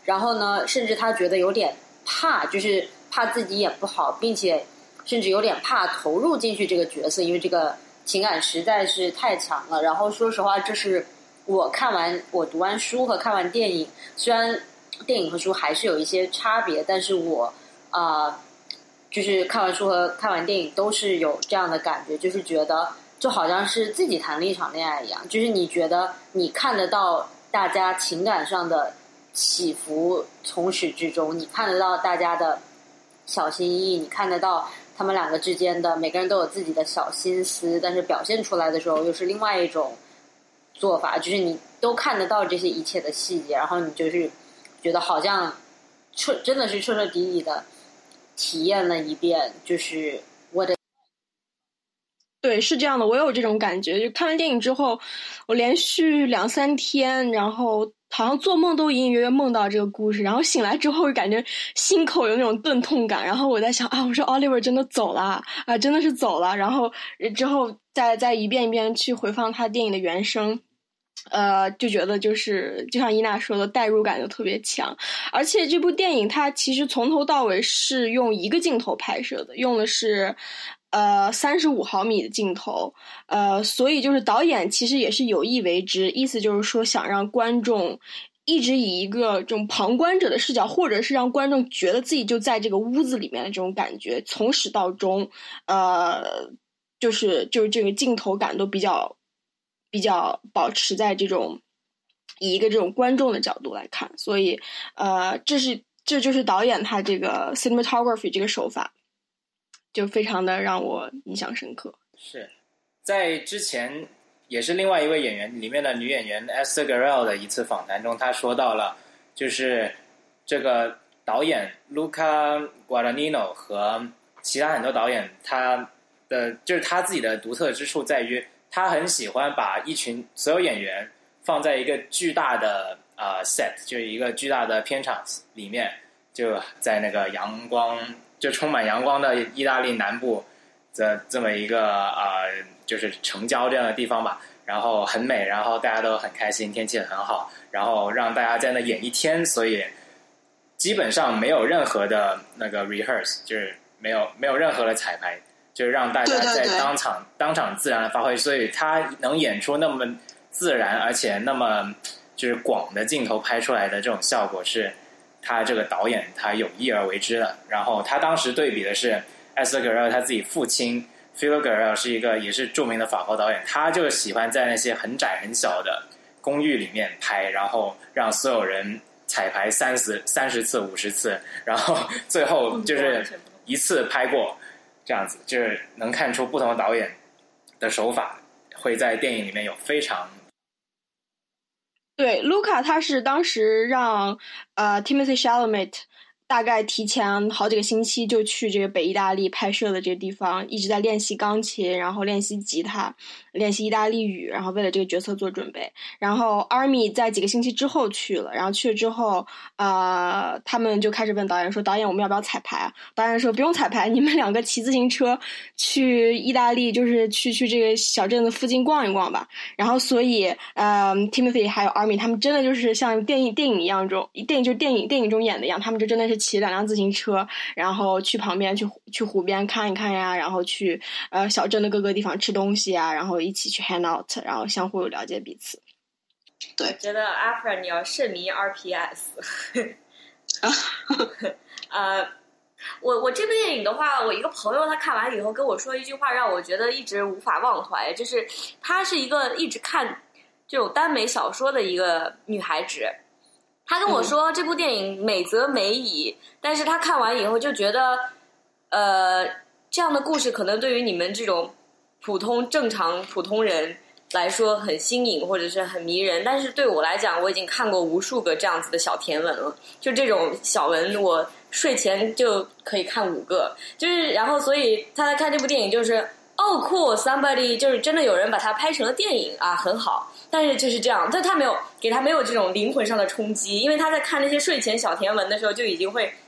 然后呢，甚至他觉得有点怕，就是怕自己演不好，并且甚至有点怕投入进去这个角色，因为这个情感实在是太强了。然后说实话，这是我看完我读完书和看完电影，虽然电影和书还是有一些差别，但是我啊、呃，就是看完书和看完电影都是有这样的感觉，就是觉得就好像是自己谈了一场恋爱一样，就是你觉得你看得到大家情感上的起伏，从始至终，你看得到大家的小心翼翼，你看得到他们两个之间的每个人都有自己的小心思，但是表现出来的时候又是另外一种做法，就是你都看得到这些一切的细节，然后你就是觉得好像彻真的是彻彻底底的体验了一遍，就是我的。 对，是这样的，我有这种感觉。就看完电影之后，我连续两三天，然后好像做梦都隐隐约约梦到这个故事，然后醒来之后感觉心口有那种钝痛感，然后我在想啊，我说 Oliver 真的走了啊，真的是走了，然后之后再再一遍一遍去回放他电影的原声。呃，就觉得就是就像伊娜说的，代入感就特别强，而且这部电影它其实从头到尾是用一个镜头拍摄的，用的是呃三十五毫米的镜头，呃，所以就是导演其实也是有意为之，意思就是说想让观众一直以一个这种旁观者的视角，或者是让观众觉得自己就在这个屋子里面的这种感觉，从始到终，呃，就是就是这个镜头感都比较。比较保持在这种以一个这种观众的角度来看，所以呃，这是这就是导演他这个 cinematography 这个手法，就非常的让我印象深刻。 是在之前也是另外一位演员里面的女演员 Esther Garel 的一次访谈中，她说到了就是这个导演 Luca Guadagnino 和其他很多导演他的就是他自己的独特之处在于他很喜欢把一群所有演员放在一个巨大的呃 set， 就是一个巨大的片场里面，就在那个阳光就充满阳光的意大利南部的这么一个呃就是城郊这样的地方吧，然后很美，然后大家都很开心，天气很好，然后让大家在那演一天，所以基本上没有任何的那个 rehearse， 就是没有没有任何的彩排。就是让大家在当场对对对当场自然的发挥，所以他能演出那么自然而且那么就是广的镜头拍出来的这种效果，是他这个导演他有意而为之的。然后他当时对比的是 Esther Garel 他自己父亲 Philo Garel 是一个也是著名的法国导演，他就喜欢在那些很窄很小的公寓里面拍，然后让所有人彩排三十三十次五十次，然后最后就是一次拍过。这样子就是能看出不同的导演的手法会在电影里面有非常对。卢卡他是当时让呃 Timothée Chalamet 大概提前好几个星期就去这个北意大利拍摄的这个地方，一直在练习钢琴，然后练习吉他，练习意大利语，然后为了这个角色做准备。然后 Army 在几个星期之后去了，然后去了之后呃，他们就开始问导演说，导演我们要不要彩排啊？导演说不用彩排，你们两个骑自行车去意大利，就是去去这个小镇子附近逛一逛吧。然后所以呃 Timothy 还有 Army 他们真的就是像电影电影一样中电影就是电影电影中演的一样，他们就真的是骑两辆自行车，然后去旁边去去湖边看一看呀，然后去呃小镇的各个地方吃东西啊，然后一起去 hang out， 然后相互了解彼此。 对， 我觉得 Afra 你要甚迷 R P S 呃我我这部电影的话，我一个朋友他看完以后跟我说一句话，让我觉得一直无法忘怀，就是她是一个一直看这种耽美小说的一个女孩子。他跟我说、嗯、这部电影美则美矣，但是他看完以后就觉得呃，这样的故事可能对于你们这种普通正常普通人来说很新颖或者是很迷人，但是对我来讲我已经看过无数个这样子的小甜文了，就这种小文我睡前就可以看五个，就是然后所以他在看这部电影就是哦、oh, cool somebody 就是真的有人把它拍成了电影啊，很好。但是就是这样，但他没有给他没有这种灵魂上的冲击，因为他在看那些睡前小甜文的时候就已经会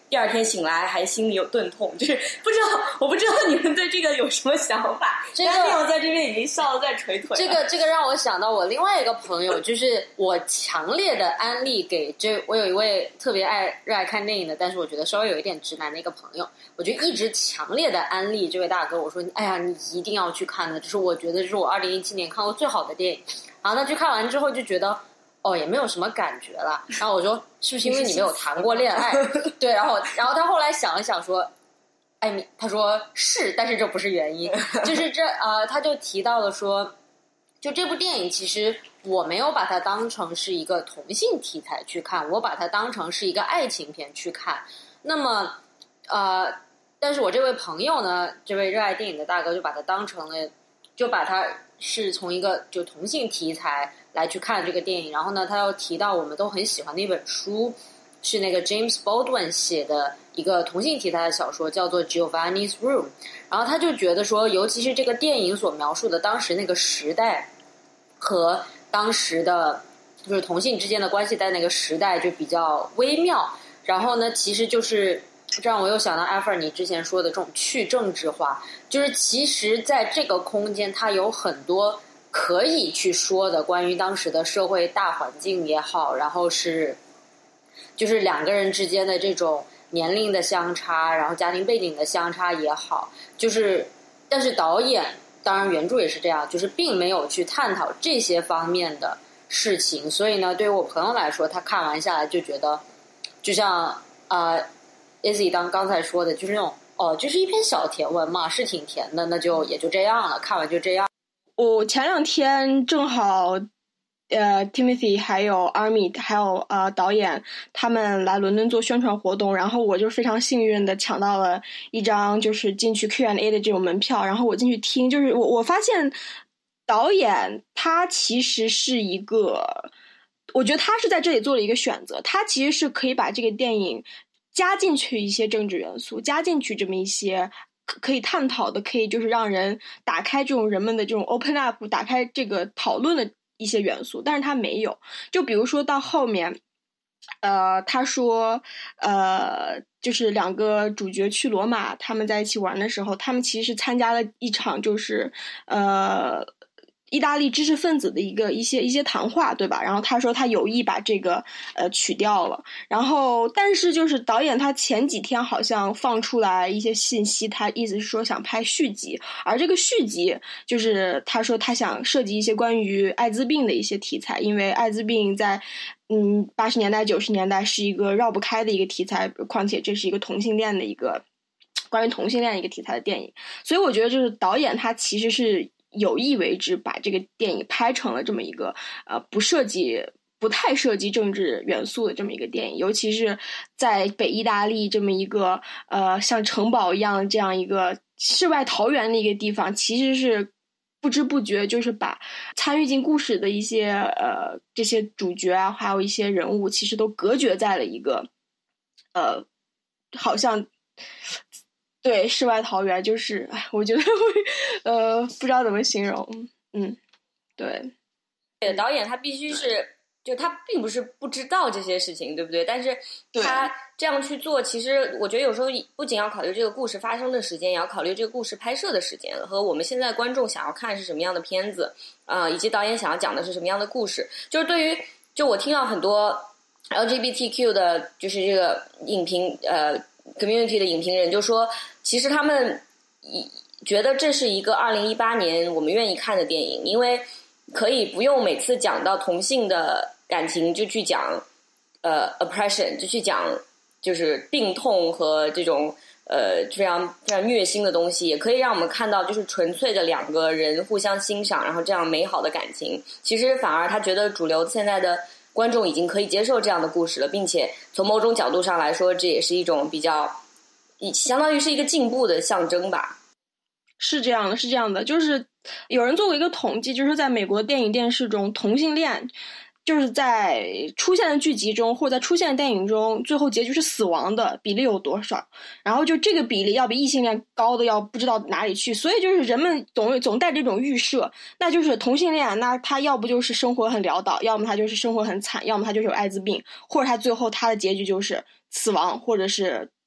第二天醒来还心里有钝痛，就是不知道，我不知道你们对这个有什么想法。 这个我在这边已经笑得在捶腿了。 这个这个让我想到我另外一个朋友，就是我强烈的安利给这我有一位特别爱热爱看电影的，但是我觉得稍微有一点直男的一个朋友，我就一直强烈的安利这位大哥，我说哎呀你一定要去看的，这是我觉得这是我二零一七年看过最好的电影。然后他去看完之后就觉得哦也没有什么感觉了，然后我说是不是因为你没有谈过恋爱？对，然后然后他后来想了想说哎你他说是，但是这不是原因，就是这呃他就提到了说就这部电影其实我没有把它当成是一个同性题材去看，我把它当成是一个爱情片去看。那么呃但是我这位朋友呢，这位热爱电影的大哥就把它当成了就把它是从一个就同性题材来去看这个电影。然后呢他又提到我们都很喜欢的一本书，是那个 James Baldwin 写的一个同性题材的小说，叫做 Giovanni's Room。 然后他就觉得说尤其是这个电影所描述的当时那个时代和当时的就是同性之间的关系在那个时代就比较微妙。然后呢其实就是这让我又想到艾弗尔你之前说的这种去政治化，就是其实在这个空间它有很多可以去说的关于当时的社会大环境也好，然后是就是两个人之间的这种年龄的相差，然后家庭背景的相差也好，就是但是导演当然原著也是这样，就是并没有去探讨这些方面的事情。所以呢对于我朋友来说，他看完下来就觉得就像呃 Izzy 当刚才说的，就是那种哦就是一篇小甜文嘛，是挺甜的，那就也就这样了，看完就这样。 我前两天正好呃 Timothy 还有 Army 还有呃导演他们来伦敦做宣传活动，然后我就非常幸运的抢到了一张就是进去 Q and A 的这种门票，然后我进去听，就是我我发现导演他其实是一个，我觉得他是在这里做了一个选择，他其实是可以把这个电影加进去一些政治元素，加进去这么一些可以探讨的，可以就是让人打开这种人们的这种 open up， 打开这个讨论的一些元素，但是他没有。就比如说到后面呃他说呃就是两个主角去罗马他们在一起玩的时候，他们其实参加了一场就是呃意大利知识分子的一个一些一些谈话，对吧？然后他说他有意把这个呃取掉了，然后但是就是导演他前几天好像放出来一些信息，他意思是说想拍续集，而这个续集就是他说他想设计一些关于艾滋病的一些题材，因为艾滋病在嗯八十年代九十年代是一个绕不开的一个题材，况且这是一个同性恋的一个关于同性恋一个题材的电影，所以我觉得就是导演他其实是有意为之把这个电影拍成了这么一个呃不涉及不太涉及政治元素的这么一个电影，尤其是在北意大利这么一个呃像城堡一样这样一个世外桃源的一个地方，其实是不知不觉就是把参与进故事的一些呃这些主角啊还有一些人物其实都隔绝在了一个呃好像对世外桃源，就是哎我觉得呃不知道怎么形容。嗯对导演他必须是就他并不是不知道这些事情，对不对？但是他这样去做，其实我觉得有时候不仅要考虑这个故事发生的时间，也要考虑这个故事拍摄的时间和我们现在观众想要看是什么样的片子啊、呃，以及导演想要讲的是什么样的故事。就是对于就我听到很多 L G B T Q 的就是这个影评呃 community 的影评人就说，其实他们觉得这是一个二零一八年我们愿意看的电影，因为可以不用每次讲到同性的感情就去讲呃 oppression， 就去讲就是病痛和这种呃非常非常虐心的东西，也可以让我们看到就是纯粹的两个人互相欣赏，然后这样美好的感情。其实反而他觉得主流现在的观众已经可以接受这样的故事了，并且从某种角度上来说，这也是一种比较相当于是一个进步的象征吧。 是这样的是这样的就是有人做过一个统计，就是在美国电影电视中同性恋就是在出现的剧集中或者在出现的电影中最后结局是死亡的比例有多少，然后就这个比例要比异性恋高的要不知道哪里去，所以就是人们总总带这种预设，那就是同性恋那他要不就是生活很潦倒，要么他就是生活很惨，要么他就是有艾滋病，或者他最后他的结局就是死亡或者是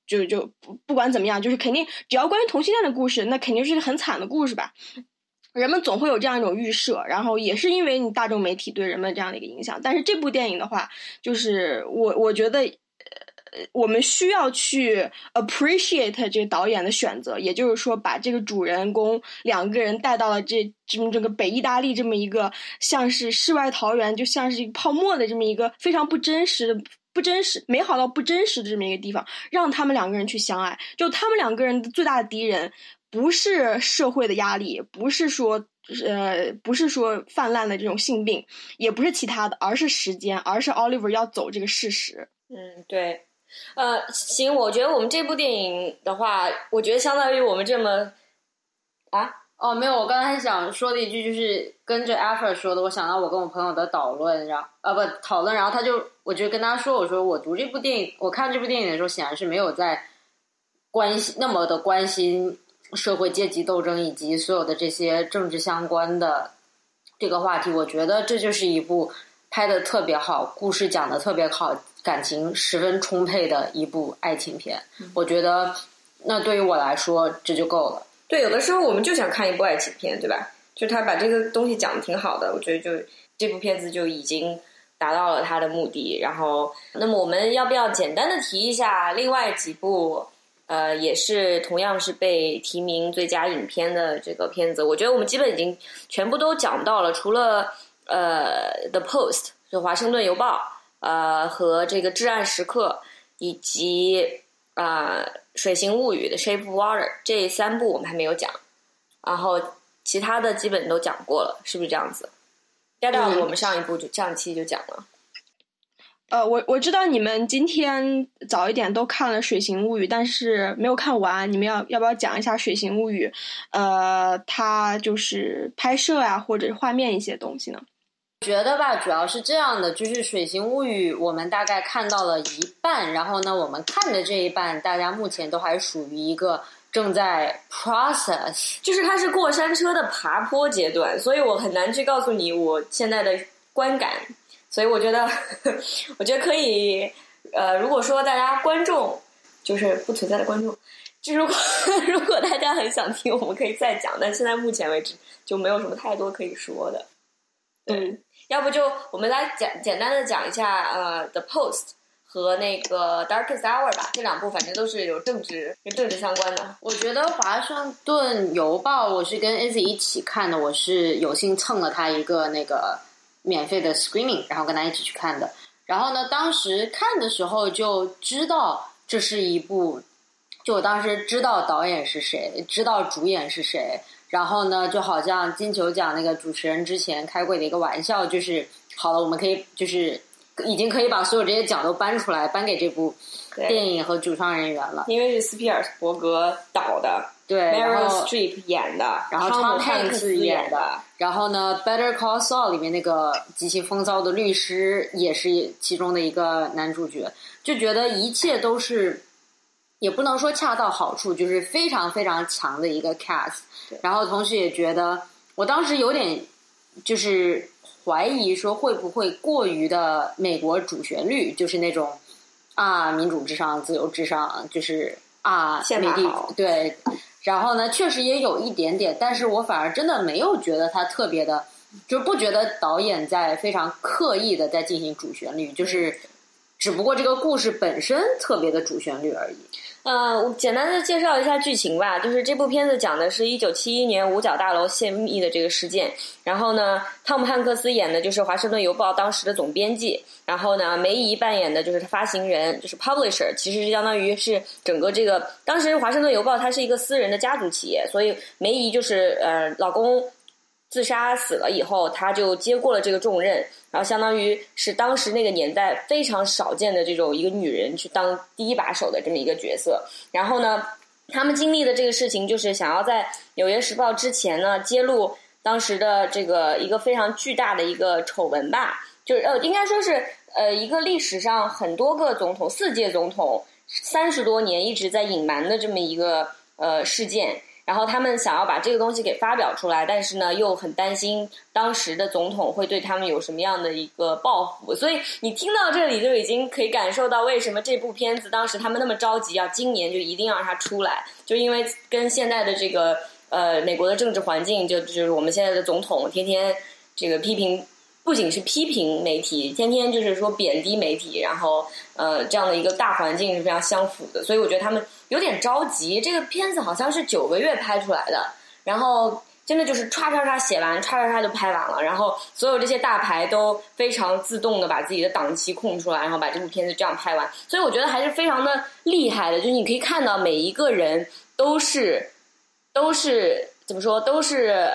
就就不不管怎么样，就是肯定只要关于同性恋的故事，那肯定是一个很惨的故事吧。人们总会有这样一种预设，然后也是因为你大众媒体对人们这样的一个影响。但是这部电影的话，就是我我觉得，呃，我们需要去 appreciate 这个导演的选择，也就是说，把这个主人公两个人带到了这这么这个北意大利这么一个像是世外桃源，就像是一个泡沫的这么一个非常不真实的。不真实，美好到不真实的这么一个地方，让他们两个人去相爱。就他们两个人的最大的敌人，不是社会的压力，不是说呃，不是说泛滥的这种性病，也不是其他的，而是时间，而是 Oliver 要走这个事实。 嗯，对，呃，行，我觉得我们这部电影的话，我觉得相当于我们这么啊。 哦，没有，我刚才想说的一句就是跟着 Alfred 说的，我想到我跟我朋友的讨论，然后呃不讨论，然后他就我就跟他说，我说我读这部电影，我看这部电影的时候，显然是没有在关心那么的关心社会阶级斗争以及所有的这些政治相关的这个话题。我觉得这就是一部拍的特别好，故事讲的特别好，感情十分充沛的一部爱情片。嗯、我觉得那对于我来说这就够了。 对，有的时候我们就想看一部爱情片，对吧？就他把这个东西讲得挺好的，我觉得就这部片子就已经达到了他的目的。然后，那么我们要不要简单的提一下另外几部，呃，也是同样是被提名最佳影片的这个片子？我觉得我们基本已经全部都讲到了，除了呃《The Post》就《华盛顿邮报》呃和这个《至暗时刻》以及啊。呃水形物语的 Shape of Water 这三部我们还没有讲，然后其他的基本都讲过了，是不是这样子？该到我们上一部就上一期就讲了。 呃，我我知道你们今天早一点都看了水形物语，但是没有看完，你们要要不要讲一下水形物语？呃，它就是拍摄啊，或者画面一些东西呢？ 觉得吧，主要是这样的，就是《水形物语》我们大概看到了一半，然后呢，我们看的这一半，大家目前都还属于一个正在 process， 就是它是过山车的爬坡阶段，所以我很难去告诉你我现在的观感，所以我觉得，我觉得可以，呃，如果说大家观众就是不存在的观众，就如果如果大家很想听，我们可以再讲，但现在目前为止就没有什么太多可以说的，对。要不就我们来讲简单的讲一下呃 The Post 和那个 Darkest Hour 吧，这两部反正都是有政治跟政治相关的。 我觉得华盛顿邮报我是跟 Izzy 一起看的，我是有幸蹭了他一个那个免费的 screening， 然后跟他一起去看的。然后呢，当时看的时候就知道这是一部，就我当时知道导演是谁，知道主演是谁。然后呢，就好像金球奖那个主持人之前开过的一个玩笑，就是好了，我们可以就是已经可以把所有这些奖都搬出来，搬给这部电影和主创人员了。 因为是斯皮尔伯格导的， 对 ，Meryl Streep 演的， 然后 Tom Hanks 演的，然后呢 ，Better Call Saul 里面那个极其风骚的律师也是其中的一个男主角，就觉得一切都是。也不能说恰到好处，就是非常非常强的一个 cast， 然后同时也觉得，我当时有点就是怀疑说会不会过于的美国主旋律，就是那种啊民主至上、自由至上，就是啊美帝对，然后呢确实也有一点点，但是我反而真的没有觉得他特别的，就是不觉得导演在非常刻意的在进行主旋律，就是只不过这个故事本身特别的主旋律而已。 呃，我简单的介绍一下剧情吧。就是这部片子讲的是一九七一年五角大楼泄密的这个事件。然后呢，汤姆汉克斯演的就是华盛顿邮报当时的总编辑。然后呢，梅姨扮演的就是发行人，就是 publisher， 其实相当于是整个这个当时华盛顿邮报它是一个私人的家族企业，所以梅姨就是呃老公自杀死了以后，她就接过了这个重任。然后相当于是当时那个年代非常少见的这种一个女人去当第一把手的这么一个角色。然后呢，他们经历的这个事情就是想要在《纽约时报》之前呢揭露当时的这个一个非常巨大的一个丑闻吧，就是呃应该说是呃一个历史上很多个总统四届总统三十多年一直在隐瞒的这么一个呃事件。 然后他们想要把这个东西给发表出来，但是呢又很担心当时的总统会对他们有什么样的一个报复，所以你听到这里就已经可以感受到为什么这部片子当时他们那么着急要今年就一定要让它出来，就因为跟现在的这个呃美国的政治环境，就就是我们现在的总统天天这个批评，不仅是批评媒体，天天就是说贬低媒体，然后呃这样的一个大环境是非常相符的，所以我觉得他们有点着急。这个片子好像是九个月拍出来的，然后真的就是唰唰唰写完，唰唰唰就拍完了，然后所有这些大牌都非常自动的把自己的档期空出来，然后把这部片子这样拍完，所以我觉得还是非常的厉害的。就是你可以看到每一个人都是都是怎么说，都是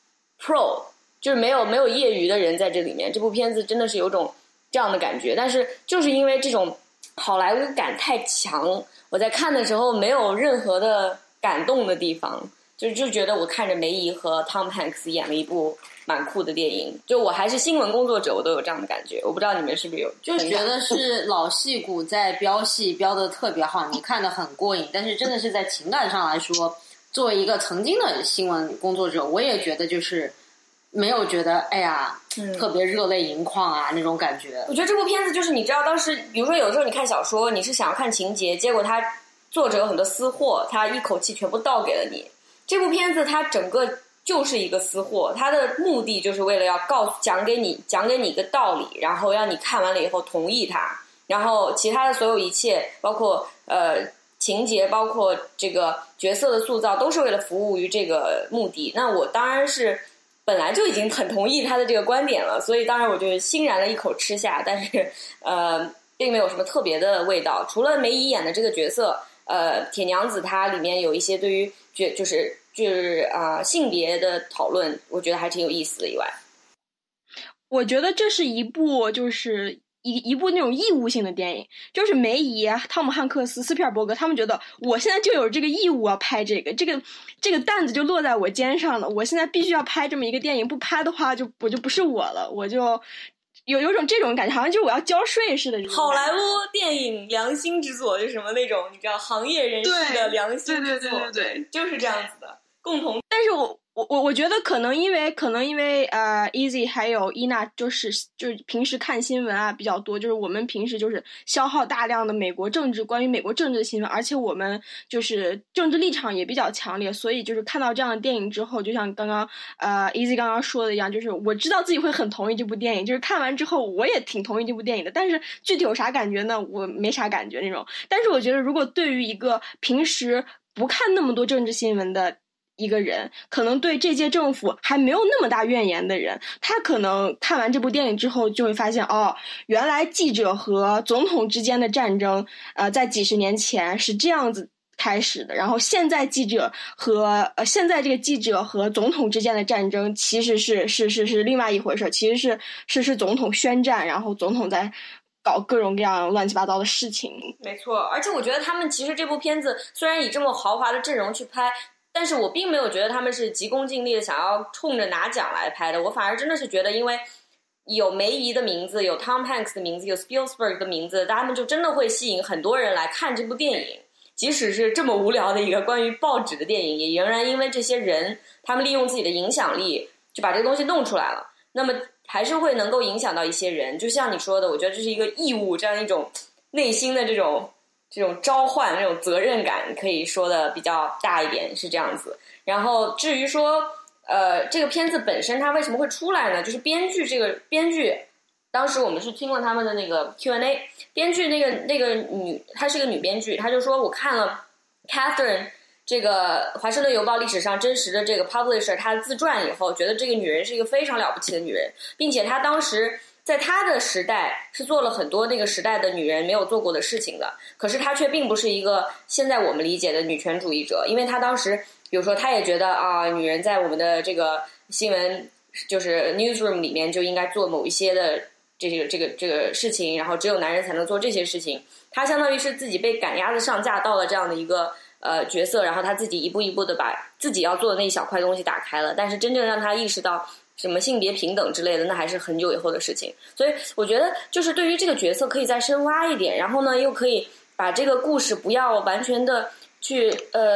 pro， 就是没有没有业余的人在这里面。这部片子真的是有种这样的感觉，但是就是因为这种好莱坞感太强，我在看的时候没有任何的感动的地方，就就觉得我看着梅姨和 Tom Hanks 演了一部蛮酷的电影，就我还是新闻工作者，我都有这样的感觉。我不知道你们是不是有， 就觉得是老戏骨在飙戏飙得特别好，你看得很过瘾，但是真的是在情感上来说，作为一个曾经的新闻工作者，我也觉得就是没有觉得哎呀、嗯、特别热泪盈眶啊那种感觉。 我觉得这部片子就是你知道当时比如说有时候你看小说，你是想要看情节，结果他作者有很多私货，他一口气全部倒给了你。这部片子它整个就是一个私货，它的目的就是为了要告诉讲给你讲给你一个道理，然后让你看完了以后同意它，然后其他的所有一切包括呃情节，包括这个角色的塑造，都是为了服务于这个目的。那我当然是本来就已经很同意他的这个观点了，所以当然我就欣然的一口吃下，但是呃并没有什么特别的味道。除了梅姨演的这个角色，呃铁娘子她里面有一些对于角就是就是啊、呃、性别的讨论，我觉得还挺有意思的以外， 我觉得这是一部就是一一部那种义务性的电影，就是梅姨、汤姆汉克斯、斯皮尔伯格他们觉得我现在就有这个义务要拍这个，这个这个担子就落在我肩上了，我现在必须要拍这么一个电影，不拍的话就我就不是我了，我就有有种这种感觉，好像就是我要交税似的。 好莱坞电影良心之作，就是什么那种你知道行业人士的良心之作， 对对对对对对， 就是这样子的共同。 但是我我我我觉得可能因为可能因为呃 Easy 还有伊娜就是就是平时看新闻啊比较多，就是我们平时就是消耗大量的美国政治关于美国政治的新闻，而且我们就是政治立场也比较强烈，所以就是看到这样的电影之后，就像刚刚呃 Easy 刚刚说的一样，就是我知道自己会很同意这部电影，就是看完之后我也挺同意这部电影的，但是具体有啥感觉呢？我没啥感觉那种。但是我觉得如果对于一个平时不看那么多政治新闻的一个人，可能对这届政府还没有那么大怨言的人，他可能看完这部电影之后就会发现，哦，原来记者和总统之间的战争呃，在几十年前是这样子开始的，然后现在记者和呃现在这个记者和总统之间的战争其实是是是是另外一回事，其实是是是总统宣战，然后总统在搞各种各样乱七八糟的事情。 没错，而且我觉得他们其实这部片子虽然以这么豪华的阵容去拍，但是我并没有觉得他们是急功近利的想要冲着拿奖来拍的，我反而真的是觉得因为有梅姨的名字，有 Tom Hanks 的名字，有 Spielberg 的名字，他们就真的会吸引很多人来看这部电影。即使是这么无聊的一个关于报纸的电影，也仍然因为这些人他们利用自己的影响力就把这个东西弄出来了，那么还是会能够影响到一些人。就像你说的，我觉得这是一个义务，这样一种内心的这种这种召唤，这种责任感可以说的比较大一点，是这样子。然后至于说呃这个片子本身它为什么会出来呢，就是编剧这个编剧当时我们是听了他们的那个 Q and A， 编剧那个那个女，她是个女编剧，她就说我看了 Catherine 这个华盛顿邮报历史上真实的这个 publisher 她的自传以后，觉得这个女人是一个非常了不起的女人，并且她当时在她的时代是做了很多那个时代的女人没有做过的事情的，可是她却并不是一个现在我们理解的女权主义者，因为她当时比如说她也觉得啊，女人在我们的这个新闻就是 newsroom 里面就应该做某一些的这个这个这个事情，然后只有男人才能做这些事情。他相当于是自己被赶鸭子上架到了这样的一个呃角色，然后他自己一步一步的把自己要做的那一小块东西打开了，但是真正让他意识到什么性别平等之类的，那还是很久以后的事情。所以我觉得就是对于这个角色可以再深挖一点，然后呢又可以把这个故事不要完全的去呃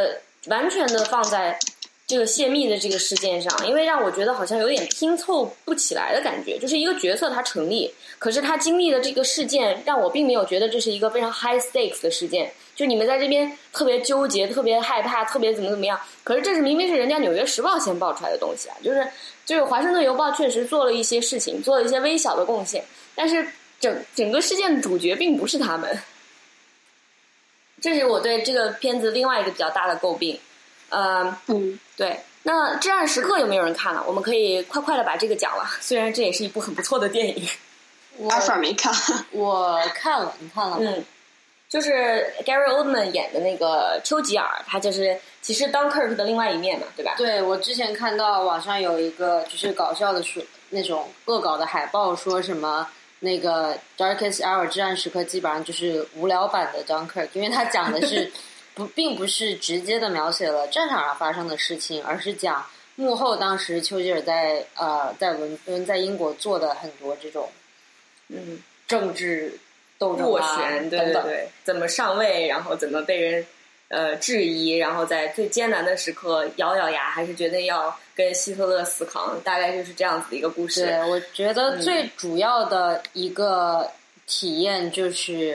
完全的放在这个泄密的这个事件上，因为让我觉得好像有点拼凑不起来的感觉，就是一个角色他成立，可是他经历的这个事件让我并没有觉得这是一个非常 high stakes 的事件，就你们在这边特别纠结，特别害怕，特别怎么怎么样，可是这是明明是人家纽约时报先爆出来的东西啊，就是就是华盛顿邮报确实做了一些事情，做了一些微小的贡献，但是整整个事件的主角并不是他们，这是我对这个片子另外一个比较大的诟病。呃， 嗯， 对。那《至暗时刻》有没有人看了？我们可以快快的把这个讲了，虽然这也是一部很不错的电影。 阿法没看， 我看了，你看了吗？ 嗯，就是 Gary Oldman 演的那个丘吉尔，他就是其实 Dunkirk 的另外一面嘛，对吧？ 对，我之前看到网上有一个就是搞笑的说那种恶搞的海报，说什么那个 Darkest Hour 至暗时刻基本上就是无聊版的 Dunkirk， 因为他讲的是不并不是直接的描写了战场上发生的事情，而是讲幕后当时丘吉尔在呃在伦敦在英国做的很多这种嗯政治斗争斡啊旋，对等等。 对对，怎么上位，然后怎么被人呃质疑，然后在最艰难的时刻咬咬牙，还是决定要跟希特勒死扛，大概就是这样子的一个故事。 对，我觉得最主要的一个体验就是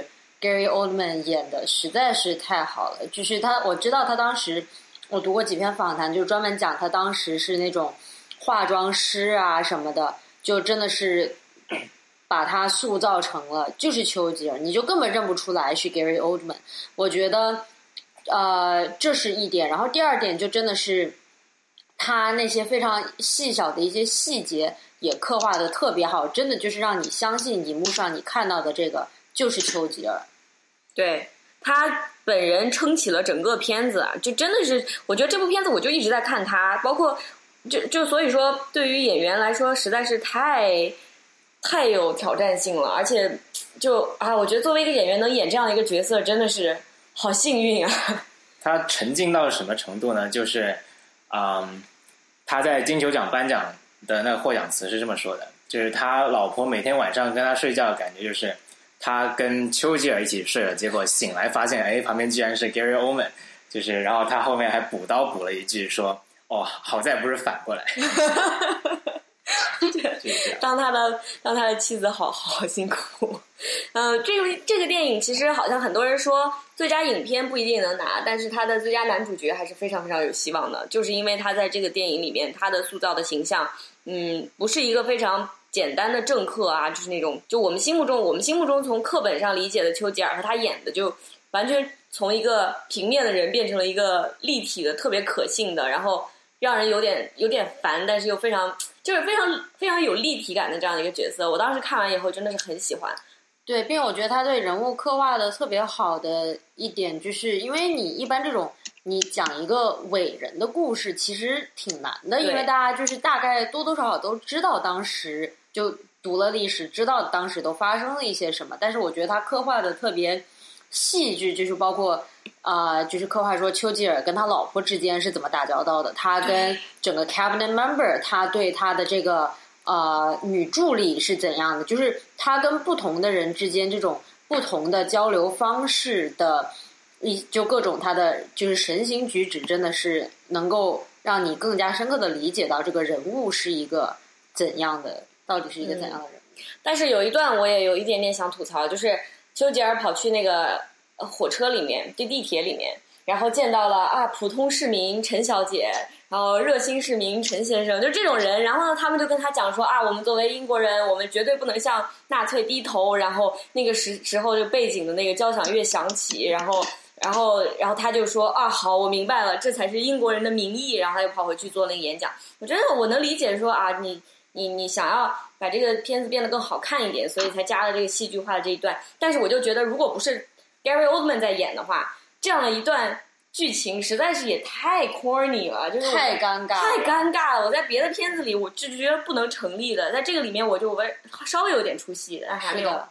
Gary Oldman 演的实在是太好了，就是他，我知道他当时，我读过几篇访谈，就专门讲他当时是那种化妆师啊什么的，就真的是把他塑造成了就是丘吉尔，你就根本认不出来是 Gary Oldman。我觉得，呃，这是一点。然后第二点就真的是他那些非常细小的一些细节也刻画的特别好，真的就是让你相信荧幕上你看到的这个就是丘吉尔。 对，他本人撑起了整个片子啊，就真的是，我觉得这部片子我就一直在看他，包括就就所以说，对于演员来说实在是太太有挑战性了，而且就啊，我觉得作为一个演员能演这样的一个角色，真的是好幸运啊。 他沉浸到什么程度呢？就是，嗯，他在金球奖颁奖的那个获奖词是这么说的，就是他老婆每天晚上跟他睡觉，感觉就是他跟丘吉尔一起睡了，结果醒来发现，哎，旁边居然是 Gary Oldman， 就是，然后他后面还补刀补了一句说，哦，好在不是反过来。 当他的当他的妻子好好辛苦。呃，这个这个电影其实好像很多人说最佳影片不一定能拿，但是他的最佳男主角还是非常非常有希望的，就是因为他在这个电影里面他的塑造的形象，嗯，不是一个非常简单的政客啊，就是那种就我们心目中我们心目中从课本上理解的丘吉尔和他演的就完全从一个平面的人变成了一个立体的特别可信的，然后让人有点有点烦，但是又非常就是非常非常有立体感的这样的一个角色。我当时看完以后真的是很喜欢。 对，并且我觉得他对人物刻画的特别好的一点，就是因为你一般这种你讲一个伟人的故事其实挺难的，因为大家就是大概多多少少都知道当时就读了历史，知道当时都发生了一些什么，但是我觉得他刻画的特别细致，就是包括呃，就是刻画说丘吉尔跟他老婆之间是怎么打交道的，他跟整个 cabinet member， 他对他的这个呃女助理是怎样的，就是他跟不同的人之间这种不同的交流方式的，一就各种他的就是神行举止，真的是能够让你更加深刻的理解到这个人物是一个怎样的，到底是一个怎样的人物。 嗯、但是有一段我也有一点点想吐槽，就是丘吉尔跑去那个火车里面，就地铁里面，然后见到了啊普通市民陈小姐，然后热心市民陈先生，就这种人，然后呢他们就跟他讲说啊，我们作为英国人，我们绝对不能向纳粹低头，然后那个时时候就背景的那个交响乐响起，然后然后然后他就说啊好，我明白了，这才是英国人的民意，然后他又跑回去做那个演讲。我觉得我能理解说啊你你你想要把这个片子变得更好看一点，所以才加了这个戏剧化的这一段，但是我就觉得如果不是 Gary Oldman 在演的话，这样的一段剧情实在是也太 corny 了，就是太尴尬了太尴尬了。我在别的片子里我就觉得不能成立的，在这个里面我就稍微有点出戏，但还没有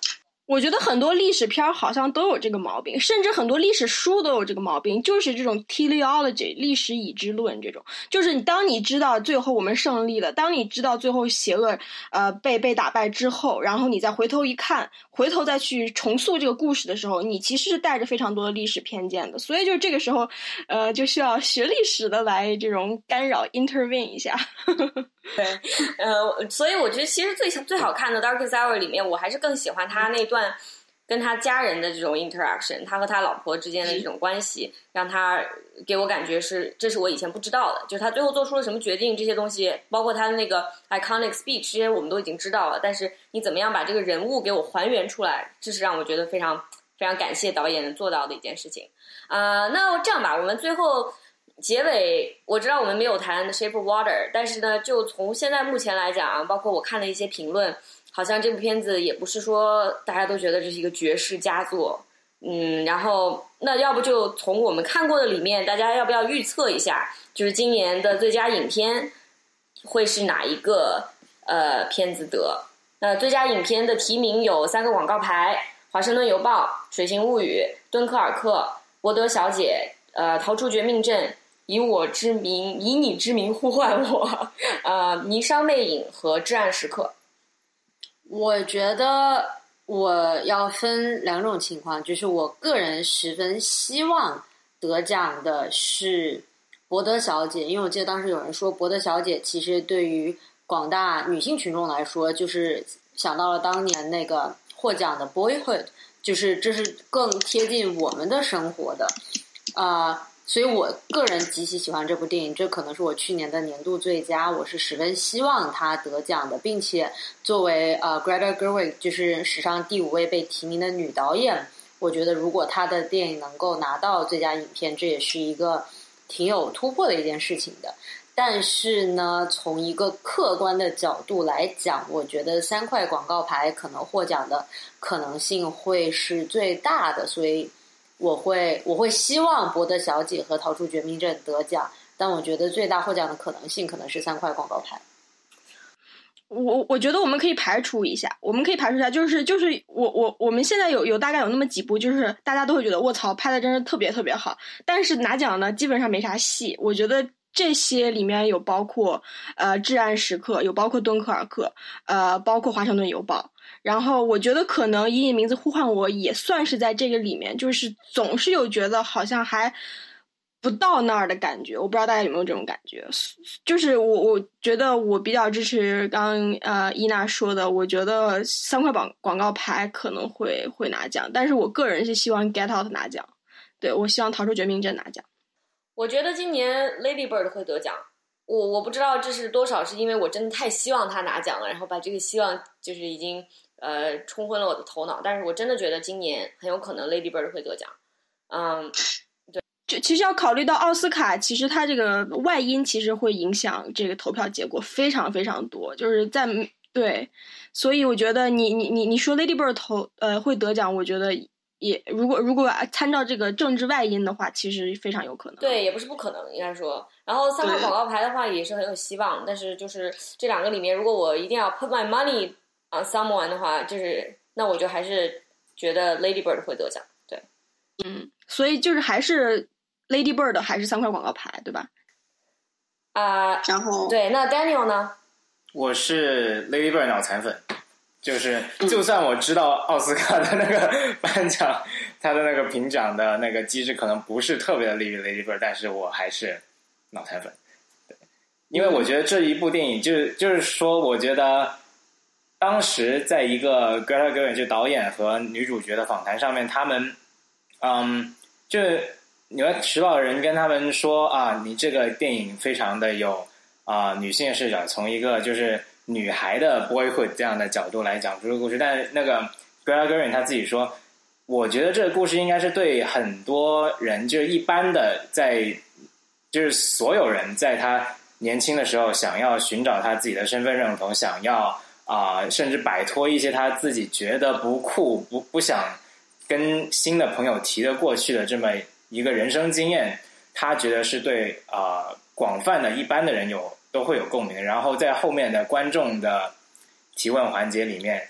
我觉得很多历史片好像都有这个毛病，甚至很多历史书都有这个毛病，就是这种 teleology 历史已知论，这种就是你当你知道最后我们胜利了，当你知道最后邪恶呃被被打败之后，然后你再回头一看，回头再去重塑这个故事的时候，你其实是带着非常多的历史偏见的，所以就这个时候呃就需要学历史的来这种干扰 intervene 一下。 对，呃，所以我觉得其实最最好看的《Darkest Hour》里面，我还是更喜欢他那段跟他家人的这种 interaction， 他和他老婆之间的这种关系，让他给我感觉是这是我以前不知道的，就是他最后做出了什么决定，这些东西，包括他的那个 iconic speech， 这些我们都已经知道了，但是你怎么样把这个人物给我还原出来，这是让我觉得非常非常感谢导演能做到的一件事情。呃，那这样吧，我们最后。结尾我知道我们没有谈 The Shape of Water， 但是呢就从现在目前来讲，包括我看的一些评论，好像这部片子也不是说大家都觉得这是一个绝世佳作。嗯，然后那要不就从我们看过的里面，大家要不要预测一下，就是今年的最佳影片会是哪一个呃片子得？那最佳影片的提名有三个广告牌，华盛顿邮报、水形物语、敦刻尔克、博德小姐、呃逃出绝命镇、以我之名，以你之名呼唤我，呃，霓裳魅影和至暗时刻。 我觉得我要分两种情况，就是我个人十分希望得奖的是博德小姐，因为我记得当时有人说博德小姐其实对于广大女性群众来说，就是想到了当年那个获奖的 Boyhood， 就是这是更贴近我们的生活的啊。呃所以我个人极其喜欢这部电影，这可能是我去年的年度最佳，我是十分希望它得奖的，并且作为呃 Greta Gerwig 就是史上第五位被提名的女导演，我觉得如果她的电影能够拿到最佳影片，这也是一个挺有突破的一件事情的。但是呢，从一个客观的角度来讲，我觉得三块广告牌可能获奖的可能性会是最大的，所以我会我会希望博德小姐和逃出绝命镇得奖，但我觉得最大获奖的可能性可能是三块广告牌。 我我觉得我们可以排除一下，我们可以排除一下，就是就是我我我们现在有有大概有那么几部，就是大家都会觉得卧槽拍的真是特别特别好，但是拿奖呢基本上没啥戏。我觉得这些里面有包括呃至暗时刻，有包括敦刻尔克，呃包括华盛顿邮报。然后我觉得可能以你名字呼唤我也算是在这个里面，就是总是有觉得好像还不到那儿的感觉，我不知道大家有没有这种感觉。就是我我觉得我比较支持刚呃伊娜说的，我觉得三块广广告牌可能会会拿奖，但是我个人是希望 Get Out 拿奖，对，我希望逃出绝命镇拿奖。 我觉得今年 Lady Bird 会得奖，我我不知道这是多少是因为我真的太希望他拿奖了，然后把这个希望就是已经呃冲昏了我的头脑，但是我真的觉得今年很有可能 Lady Bird 会得奖。嗯，对， 就其实要考虑到奥斯卡，其实它这个外因其实会影响这个投票结果非常非常多，就是在对，所以我觉得你你你你说 Lady Bird 投呃会得奖，我觉得也如果如果参照这个政治外因的话，其实非常有可能。 对，也不是不可能，应该说。然后三块广告牌的话也是很有希望，但是就是这两个里面，如果我一定要 put my money on someone 的话，就是那我就还是觉得 Lady Bird 会得奖。对， 嗯，所以就是还是 Lady Bird 还是三块广告牌，对吧？ 啊、呃， 然后对，那 Daniel 呢？ 我是 Lady Bird 脑残粉。就是就算我知道奥斯卡的那个颁奖他的那个评奖的那个机制可能不是特别的利于 Lady Bird， 但是我还是脑残粉。对，因为我觉得这一部电影就就是说我觉得当时在一个 Greta Gerwig 就导演和女主角的访谈上面，他们嗯就纽约时报的人跟他们说啊，你这个电影非常的有啊、呃、女性视角，从一个就是女孩的 boyhood 这样的角度来讲这个故事，但是那个 Greta Gerwig 他自己说，我觉得这个故事应该是对很多人，就是一般的在就是所有人在他年轻的时候想要寻找他自己的身份认同，想要啊、呃、甚至摆脱一些他自己觉得不酷不不想跟新的朋友提的过去的这么一个人生经验，他觉得是对啊、呃、广泛的一般的人有都会有共鸣。然后在后面的观众的提问环节里面，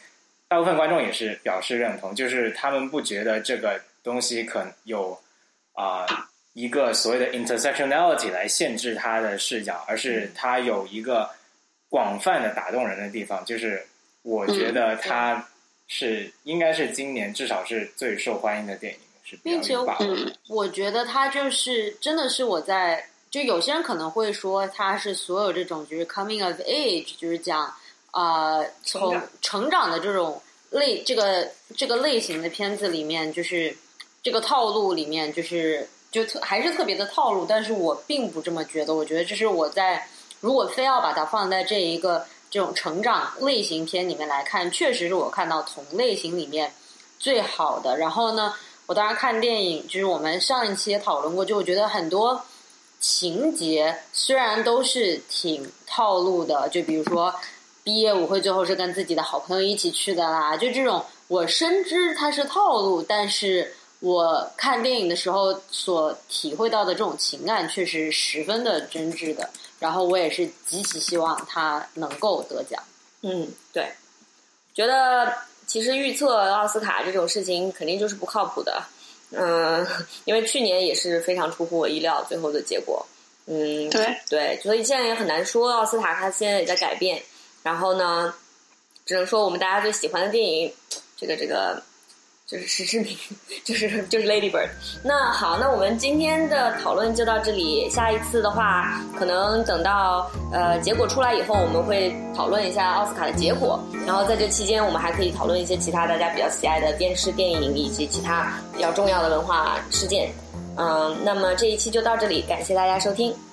大部分观众也是表示认同，就是他们不觉得这个东西可能有啊、呃、一个所谓的 intersectionality 来限制它的视角，而是它有一个广泛的打动人的地方，就是我觉得它是应该是今年至少是最受欢迎的电影，是比较并且有把握的。 我觉得它就是真的是我在就有些人可能会说它是所有这种就是 coming of age 就是讲啊、呃、从成长的这种类这个这个类型的片子里面，就是这个套路里面就是就特还是特别的套路，但是我并不这么觉得。我觉得这是我在如果非要把它放在这一个这种成长类型片里面来看，确实是我看到同类型里面最好的。然后呢，我当然看电影，就是我们上一期也讨论过，就我觉得很多情节虽然都是挺套路的，就比如说毕业舞会最后是跟自己的好朋友一起去的啦，就这种我深知它是套路，但是我看电影的时候所体会到的这种情感确实十分的真挚的，然后我也是极其希望它能够得奖。 嗯，对，觉得其实预测奥斯卡这种事情肯定就是不靠谱的，嗯，因为去年也是非常出乎我意料最后的结果，嗯， 对对，所以现在也很难说奥斯卡它现在也在改变，然后呢，只能说我们大家最喜欢的电影，这个这个。就是实至名，就是就是 Lady Bird。那好，那我们今天的讨论就到这里。下一次的话，可能等到呃结果出来以后，我们会讨论一下奥斯卡的结果。然后在这期间，我们还可以讨论一些其他大家比较喜爱的电视、电影以及其他比较重要的文化事件。嗯，那么这一期就到这里，感谢大家收听。